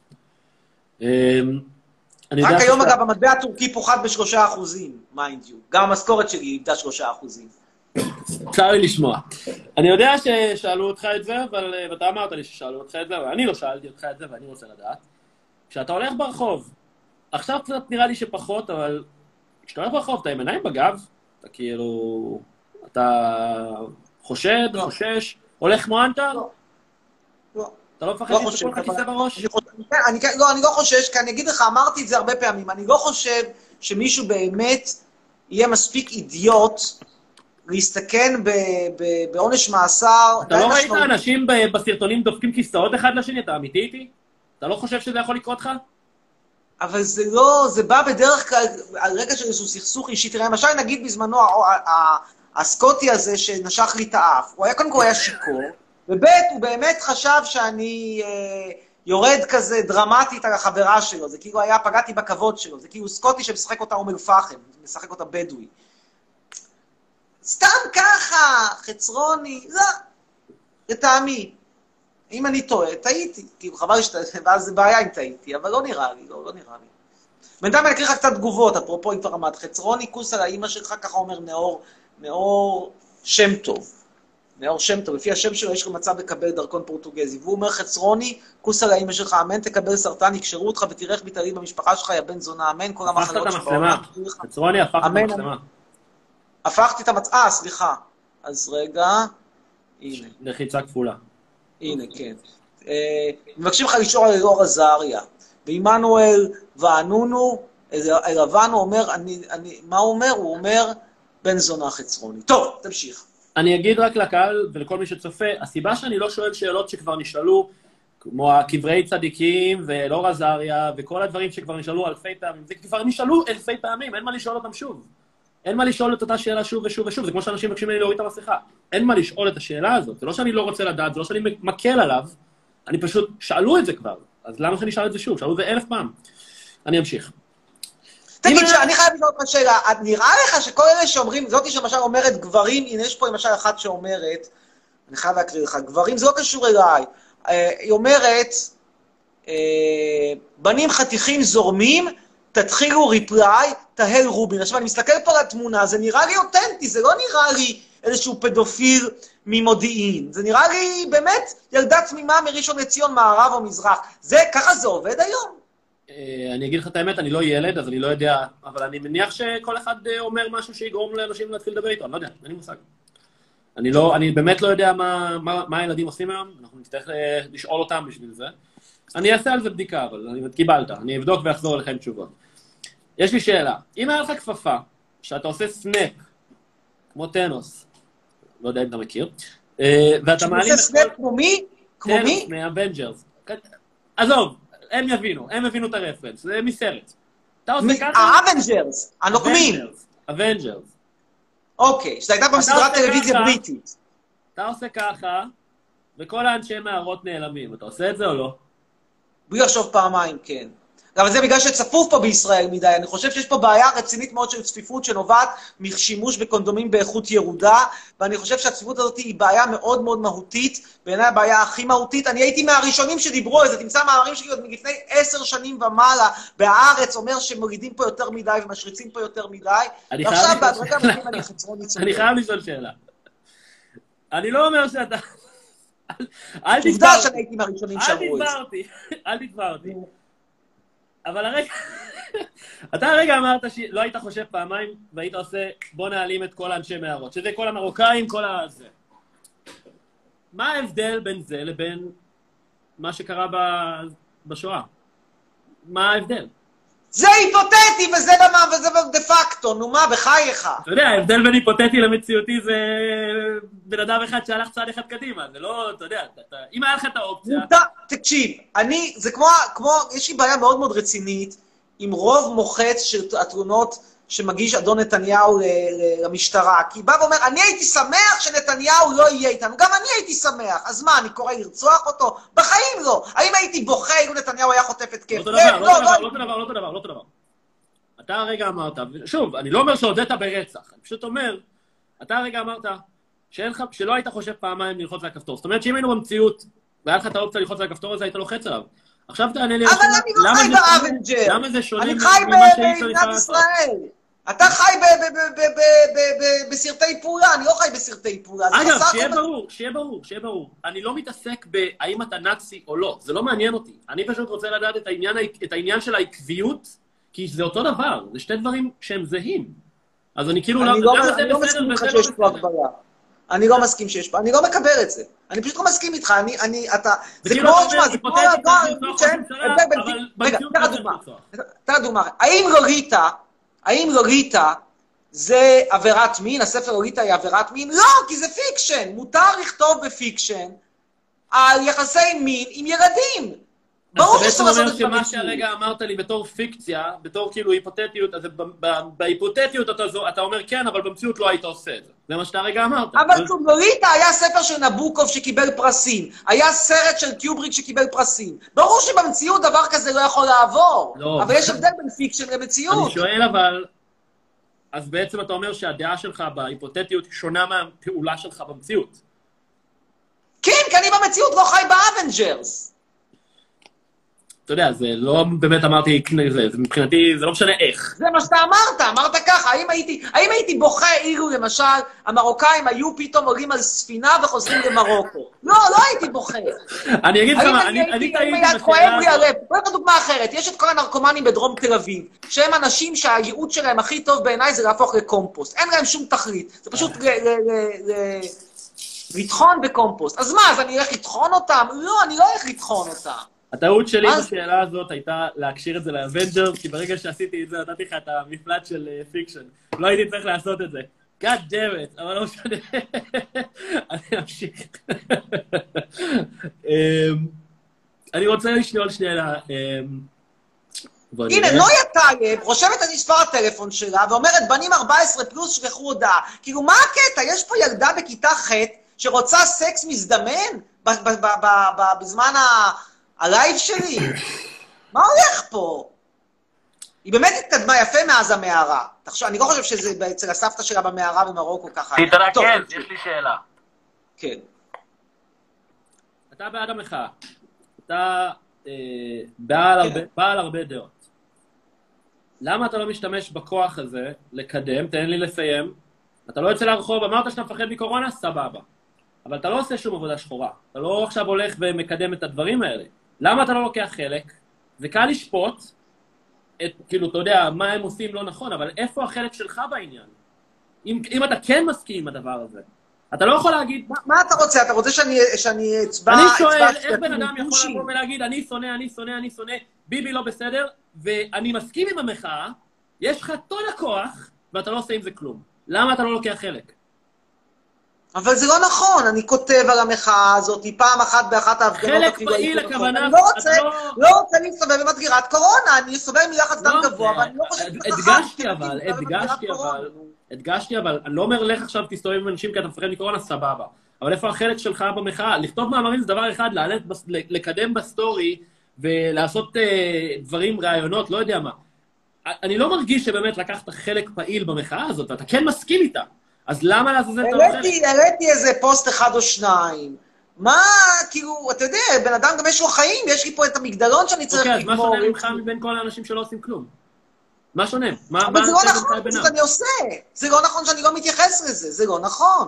רק היום אגב, המטבע הטורקי פוחת ב3%, מיינד יו. גם המשכורת שלי איבדה 3%. צר לי לשמוע. אני יודע ששאלו אותך את זה, ואתה אמרת לי ששאלו אותך את זה, אבל אני לא שאלתי אותך את זה, ואני רוצה לדעת. כשאתה הולך ברחוב, עכשיו קצת נראה לי שפחות, אבל כשאתה הולך ברחוב, אתה עם עיניים בגב, אתה כאילו... אתה חושד, חושש, הולך כמו אנטר? לא. אתה לא מפחד שיסתכלו לך כיסא בראש? אני לא חושש, כי אני אגיד לך, אמרתי את זה הרבה פעמים, אני לא חושב שמישהו באמת יהיה מספיק אידיוט להסתכן בעונש מאסר. אתה לא ראית אנשים בסרטונים דופקים כיסאות אחד לשני, אתה אמיתי איתי? אתה לא חושב שזה יכול לקרות לך? אבל זה לא, זה בא בדרך כלל על רקע של איזשהו סכסוך אישי. תראה, למשל נגיד בזמנו, הסקוטי הזה שנשך לי את האף, הוא היה קודם כל היה שיקור, ובית הוא באמת חשב שאני יורד כזה דרמטית על החברה שלו, זה כאילו היה, פגעתי בכבוד שלו, זה כאילו סקוטי שמשחק אותה אום אל-פחם, משחק אותה בדואי. סתם ככה, חצרוני, לא, לטעמי. אם אני טועה, טעיתי, כאילו חבל ואז זה בעיה אם טעיתי, אבל לא נראה לי, לא נראה לי. בינתיים אני אקריא לך קצת תגובות, אפרופו אם כבר עמד, חצרוני כוס על האמא שלך, ככה אומר נאור שם טוב. נאור שם טוב, לפי השם שלו יש לו מצב לקבל דרכון פורטוגזי, והוא אומר חצרוני, כוס על האמא שלך, אמן, תקבל סרטן, יקשרו אותך ותראה איך מתעלים במשפחה שלך, יא בן זונה, אמן, כל המחלות שלך. חצרוני, הפכת את המצלמה. הפכתי את המצלמה, סליחה. אז רגע, הנה. לחיצה כפולה. הנה, כן. מבקשים לך לשאול על אלאור עזריה. ועמנואל וענונו, לבן הוא אומר, מה הוא אומר? הוא אומר, בן זונה חצרוני. טוב, תמשיך. אני אגיד רק לקהל ולכל מי שצופה, הסיבה שאני לא שואל שאלות שכבר נשאלו, כמו הקברי צדיקים ואלאור עזריה, וכל הדברים שכבר נשאלו אלפי פעמים, זה כבר נשאלו אלפי פעמים, אין מה לשאול אותם שוב. אין מה לשאול את אותה שאלה שוב ושוב ושוב, זה כמו שאנשים מבקשים ממני להוריד את המסכה. אין מה לשאול את השאלה הזאת, זה לא שאני לא רוצה לדעת, זה לא שאני מקל עליו, אני פשוט, שאלו את זה כבר, אז למה שאני אשאל את זה שוב? שאלו את זה 1000 פעם. אני אמשיך. תגיד, אני חייב לשאול אותך שאלה, נראה לך שכל אלה שאומרים, זאתי שמשל אומרת גברים, הנה יש פה למשל אחת שאומרת, אני חייב להקריא לך, גברים זה לא קשור אליי, היא אומרת, בנים חתיכים זורמים, תתחילו ריפליי, תהל רובין. עכשיו אני מסתכל פה על התמונה, זה נראה לי אותנטי, זה לא נראה לי איזשהו פדופיל ממודיעין, זה נראה לי באמת ילדה תמימה מראשון לציון, מערב או מזרח. ככה זה עובד היום? אני אגיד לך את האמת, אני לא ילד, אז אני לא יודע, אבל אני מניח שכל אחד אומר משהו שיגרום לאנשים להתחיל לדבר איתו, אני לא יודע, אין לי מושג. אני באמת לא יודע מה הילדים עושים היום, אנחנו נצטרך לשאול אותם בשביל זה. אני אעשה על זה בדיקה, אבל קיבלת, אני אבדוק ואחזור אליכם תשובות. יש לי שאלה, אם היה לך כפפה, שאתה עושה סנאפ, כמו טנוס, לא יודע אם אתה מכיר, ואתה מעלים... שעושה סנאפ כמו מי? כמו מי? טנוס מהאבנג'רס. עזוב, הם יבינו את הרפרנס, זה מסרט. אתה עושה ככה? האבנג'רס, הנוקמים. אבנג'רס. אוקיי, שזה הייתה בסדרת טלוויזיה בריטית. אתה עושה ככה, וכל האנשי מערות נעלמים. אתה עושה את זה או לא? בלי לחשוב פעמיים, כן. אבל זה בגלל שצפוף פה בישראל מדי. אני חושב שיש פה בעיה רצינית מאוד של צפיפות שנובעת משימוש בקונדומים באיכות ירודה, ואני חושב שהצפיפות הזאת היא בעיה מאוד מאוד מהותית, בעיניי הבעיה הכי מהותית. אני הייתי מהראשונים שדיברו על זה, תמצא מאמרים שלי עוד מלפני 10 שנים ומעלה, בהארץ אומר שמורידים פה יותר מדי ומשריצים פה יותר מדי, ועכשיו בהדרגה מגיעים אני חצרוני צודק. אני חייב לשאול שאלה. אני לא אומר שאתה... עובדה שאני הייתי מהראשונים שאמרו את זה. אל תתבע אותי. אבל אתה הרגע אמרת שלא היית חושב פעמיים, והיית עושה, בוא נעלים את כל האנשי מערות, שזה כל המרוקאים, כל הזה. מה ההבדל בין זה לבין מה שקרה בשואה? מה ההבדל? זה היפותטי, וזה דה פקטו, נו מה, בחייך. אתה יודע, ההבדל בין היפותטי למציאותי זה בן אדם אחד שהלך צעד אחד קדימה, זה לא, אתה יודע, אם היה לך את האופציה... תקשיב, זה כמו, יש לי בעיה מאוד מאוד רצינית, עם רוב מוחץ של התלונות שמגיש אדון נתניהו למשטרה, כי בא ואומר, אני הייתי שמח שנתניהו לא יהיה איתנו, גם אני הייתי שמח, אז מה, אני קורא לרצוח אותו? בחיים לא. האם הייתי בוכה אם נתניהו היה חוטף את כיף? לא תדבר. אתה הרגע אמרת, שוב, אני לא אומר שהודית ברצח, אני פשוט אומר, אתה הרגע אמרת שלא היית חושב פעמיים ללחוץ על הכפתור. זאת אומרת שאם היינו במציאות, והיה לך את האופציה ללחוץ על הכפתור הזה, היית לוחץ עליו. עכשיו תענה לי... אבל אני לא חי באבנג'ר. למה זה שונה ממה במדינת ישראל? אתה חי בסרטי פעולה, אני לא חי בסרטי פעולה. אגב, שיהיה ברור. אני לא מתעסק בהאם אתה נאצי או לא, זה לא מעניין אותי. אני פשוט רוצה לדעת את העניין של העקביות, כי זה אותו דבר, זה שתי דברים שהם זהים. אז אני כאילו... אני לא מסכים איתך שיש פה הגבלה. אני לא מסכים שיש פה, אני לא מקבל את זה. אני פשוט לא מסכים איתך, זה כמו, זה כמו רגע, תראה דוגמה. האם לוליטה זה עבירת מין? הספר לוליטה היא עבירת מין? לא, כי זה פיקשן. מותר לכתוב בפיקשן על יחסי מין עם ילדים. ברור שאתה לעשות את שמה שהרגע אמרת לי בתור פיקציה, בתור כאילו היפותטיות, אז בהיפותטיות אתה אומר כן, אבל במציאות לא היית עושה את זה. זה מה שאתה הרגע אמרת. אבל לוליטה היה ספר של נבוקוב שקיבל פרסים. היה סרט של קיובריק שקיבל פרסים. ברור שבמציאות דבר כזה לא יכול לעבור. אבל יש הבדל בין פיקשן למציאות. אני שואל אבל, אז בעצם אתה אומר שהדעה שלך בהיפותטיות שונה מהפעולה שלך במציאות. כן, כי אני במציאות לא חי באבנג'רס. אתה יודע, זה לא באמת אמרתי, מבחינתי, זה לא משנה איך. זה מה שאתה אמרת ככה, האם הייתי בוכה אילו למשל, המרוקאים היו פתאום עולים על ספינה וחוזרים למרוקו? לא הייתי בוכה. אני אגיד לך מה, אני טעיתי כואב לי הלב. בוא נקרא דוגמה אחרת, יש את כל הנרקומנים בדרום תל אביב, שהם אנשים שהייעוד שלהם הכי טוב בעיניי זה להפוך לקומפוסט. אין להם שום תכלית, זה פשוט לטחון בקומפוסט. אז מה, אז אני אלך לטחון אותם? לא, אני לא אלך לטחון אותם. הטעות שלי בשאלה הזאת הייתה להקשיר את זה לאבנג'רס, כי ברגע שעשיתי את זה נתתי לך את המפלט של פיקשן. לא הייתי צריך לעשות את זה. God damn it, אבל לא משנה. אני אמשיך. אני רוצה לשאול שנייה. הנה, נויה טייב רושמת על מספר הטלפון שלה ואומרת, בנים 14 פלוס שכחו הודעה. כאילו, מה הקטע? יש פה ילדה בכיתה ח' שרוצה סקס מזדמן בזמן הלייב שלי? מה הולך פה? היא באמת התקדמה יפה מאז המערה. אני לא חושב שזה אצל הסבתא שלה במערה במרוקו ככה. תתרכז, יש לי שאלה. כן. אתה בעד המחאה. אתה בעל הרבה דעות. למה אתה לא משתמש בכוח הזה לקדם? תן לי לסיים. אתה לא יוצא לרחוב, אמרת שאתה מפחד מקורונה? סבבה. אבל אתה לא עושה שום עבודה שחורה. אתה לא עכשיו הולך ומקדם את הדברים האלה. למה אתה לא לוקח חלק? זה קל לשפוט, כאילו, אתה יודע, מה הם עושים לא נכון, אבל איפה החלק שלך בעניין? אם אתה כן מסכים עם הדבר הזה, אתה לא יכול להגיד... מה אתה רוצה? אתה רוצה שאני אצבע... אני שואל, איך בן אדם יכול לבוא ולהגיד, אני שונא, ביבי לא בסדר, ואני מסכים עם המחאה, יש לך טון הכוח, ואתה לא עושה עם זה כלום. למה אתה לא לוקח חלק? אבל זה לא נכון, אני כותב על המחאה הזאת, פעם אחת באחת ההפגנות... חלק פעיל הכוונה... אני לא רוצה להסתובב במדגירת קורונה, אני אסתובב מלחץ דם גבוה, ואני לא חושב הדגשתי, אבל אני לא אומר לך עכשיו תסתובב עם אנשים כי אתה מפחד מקורונה, סבבה. אבל איפה החלק שלך במחאה? לכתוב מאמרים זה דבר אחד, לקדם בסטורי ולעשות דברים, רעיונות, לא יודע מה. אני לא מרגיש שבאמת לקחת חלק פעיל במחאה הזאת, ואתה כן מסכים איתה. אז למה לעזאזל את האחרת? העליתי איזה פוסט אחד או שניים. מה, כאילו, אתה יודע, בן אדם גם יש לו חיים, יש לי פה את המגדלון שאני צריך לגמור. אוקיי, אז מה שונה ממך מבין כל האנשים שלא עושים כלום? מה שונה? אבל זה לא נכון, זה אני עושה. זה לא נכון שאני לא מתייחס לזה, זה לא נכון.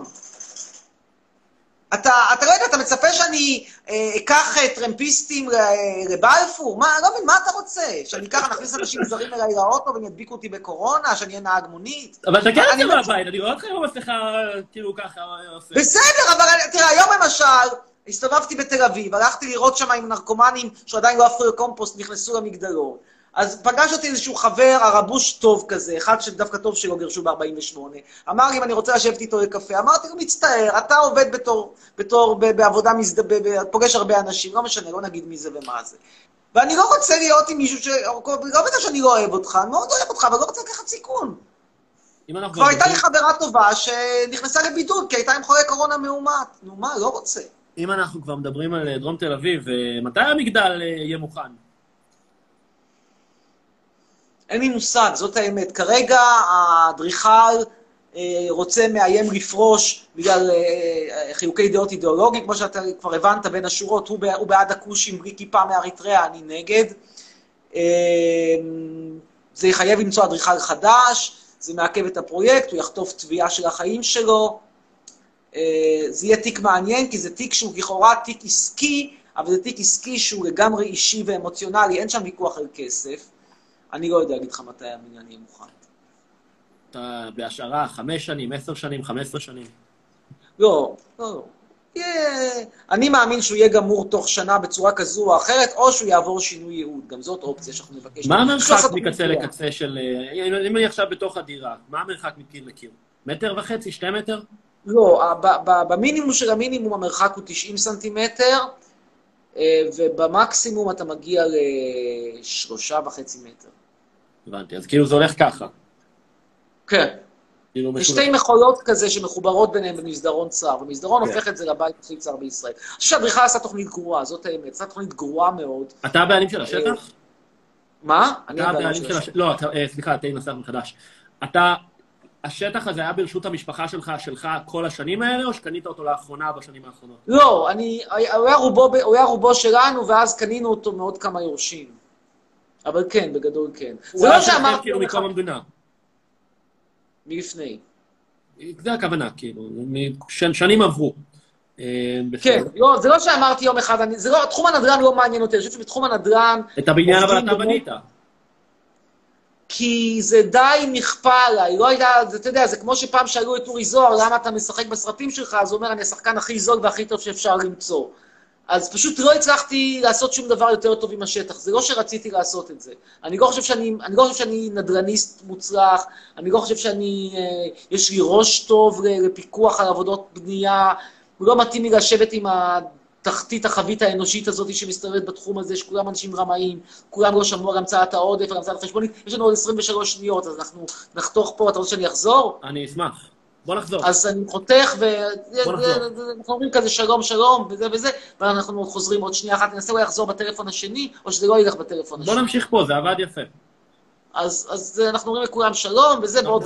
אתה לא יודע, אתה מצפה שאני אקח טרמפיסטים לבלפור? מה, לא מבין, מה אתה רוצה? שאני אקח, נכניס אנשים זרים אליי לאוטו והם ידביקו אותי בקורונה, שאני אהיה נהג מונית? אבל אתה כן עושה מהבית, אני רואה אותך היום עושה כאילו ככה עושה. בסדר, אבל תראה, היום למשל, הסתובבתי בתל אביב, הלכתי לראות שם עם נרקומנים שעדיין לא הפכו לקומפוסט, נכנסו למגדלון. אז פגש אותי איזשהו חבר, הרבוש טוב כזה, אחד שדווקא טוב שלו גרשו ב-48, אמר לי אם אני רוצה לשבת איתו לקפה, אמרתי לו, מצטער, אתה עובד בעבודה פוגש הרבה אנשים, לא משנה, לא נגיד מי זה ומה זה. ואני לא רוצה להיות עם מישהו לא בגלל שאני לא אוהב אותך, אני מאוד אוהב אותך, אבל לא רוצה לקחת סיכון. כבר הייתה לי חברה טובה שנכנסה לבידוד, כי הייתה עם חולה קורונה מאומת. נו מה, לא רוצה. אם אנחנו כבר מדברים על דרום תל אביב, מתי המגדל יהיה מוכן? אין לי מושג, זאת האמת. כרגע האדריכל מאיים לפרוש בגלל חילוקי דעות אידיאולוגיים, כמו שאתה כבר הבנת בין השורות, הוא בעד הכושים בלי כיפה מאריתריאה, אני נגד. זה יחייב למצוא אדריכל חדש, זה מעכב את הפרויקט, הוא יחטוף תביעה של החיים שלו. זה יהיה תיק מעניין, כי זה תיק שהוא לכאורה תיק עסקי, אבל זה תיק עסקי שהוא לגמרי אישי ואמוציונלי, אין שם ויכוח על כסף. אני לא יודע להגיד לך מתי המניין יהיה מוכן. אתה בהשערה 5 שנים, 10 שנים, 15 שנים? לא. אני מאמין שהוא יהיה גמור תוך שנה בצורה כזו או אחרת, או שהוא יעבור שינוי ייעוד. גם זאת אופציה שאנחנו נבקש. מה המרחק מקצה לקצה של... אם אני עכשיו בתוך הדירה, מה המרחק מקיר לקיר? 1.5 מטר? 2 מטר? לא, במינימום של המינימום המרחק הוא 90 סנטימטר, ובמקסימום אתה מגיע ל3.5 מטר. הבנתי, אז כאילו זה הולך ככה. כן. זה שתי מכולות כזה שמחוברות ביניהם במסדרון צר, ומסדרון הופך את זה לבית הכי צר בישראל. אני חושב שהאדריכל עשה תוכנית גרועה, זאת האמת, עשה תוכנית גרועה מאוד. אתה הבעלים של השטח? מה? אתה הבעלים של השטח? לא, סליחה, תהי נסח מחדש. השטח הזה היה ברשות המשפחה שלך כל השנים האלה, או שקנית אותו לאחרונה בשנים האחרונות? לא, הוא היה רובו שלנו, ואז קנינו אותו מעוד כמה יורשים. אבל כן, בגדול כן. זה לא שאמרתי... כאילו מקום המדינה. מלפני. זה הכוונה, כאילו, שנים עברו. כן, לא, זה לא שאמרתי יום אחד, תחום הנדל"ן לא מעניין אותי, אני חושב שבתחום הנדל"ן... את הבניין אבל אתה בנית. כי זה די נכפה עליי, לא יודע, אתה יודע, זה כמו שפעם שאלו את אורי זוהר, למה אתה משחק בסרטים שלך, אז הוא אומר, אני השחקן הכי זול והכי טוב שאפשר למצוא. אז פשוט לא הצלחתי לעשות שום דבר יותר טוב עם השטח, זה לא שרציתי לעשות את זה. אני לא חושב שאני נדל"ניסט מוצלח, אני לא חושב יש לי ראש טוב לפיקוח על עבודות בנייה, הוא לא מתאים לי לשבת עם התחתית החבית האנושית הזאת שמסתובבת בתחום הזה, שכולם אנשים רמאים, כולם לא שמעו על המצאת העודף, על המצאת החשבונית, יש לנו עוד 23 שניות, אז אנחנו נחתוך פה, אתה רוצה שאני אחזור? אני אשמח. בוא נחזור. אז אני חותך, ואנחנו אומרים כזה שלום, שלום, וזה וזה, ואנחנו חוזרים עוד שנייה אחת, ננסה אולי לחזור בטלפון השני, או שזה לא ילך בטלפון השני. בוא נמשיך פה, זה עבד יפה. אז אנחנו אומרים לכולם שלום, וזה בעוד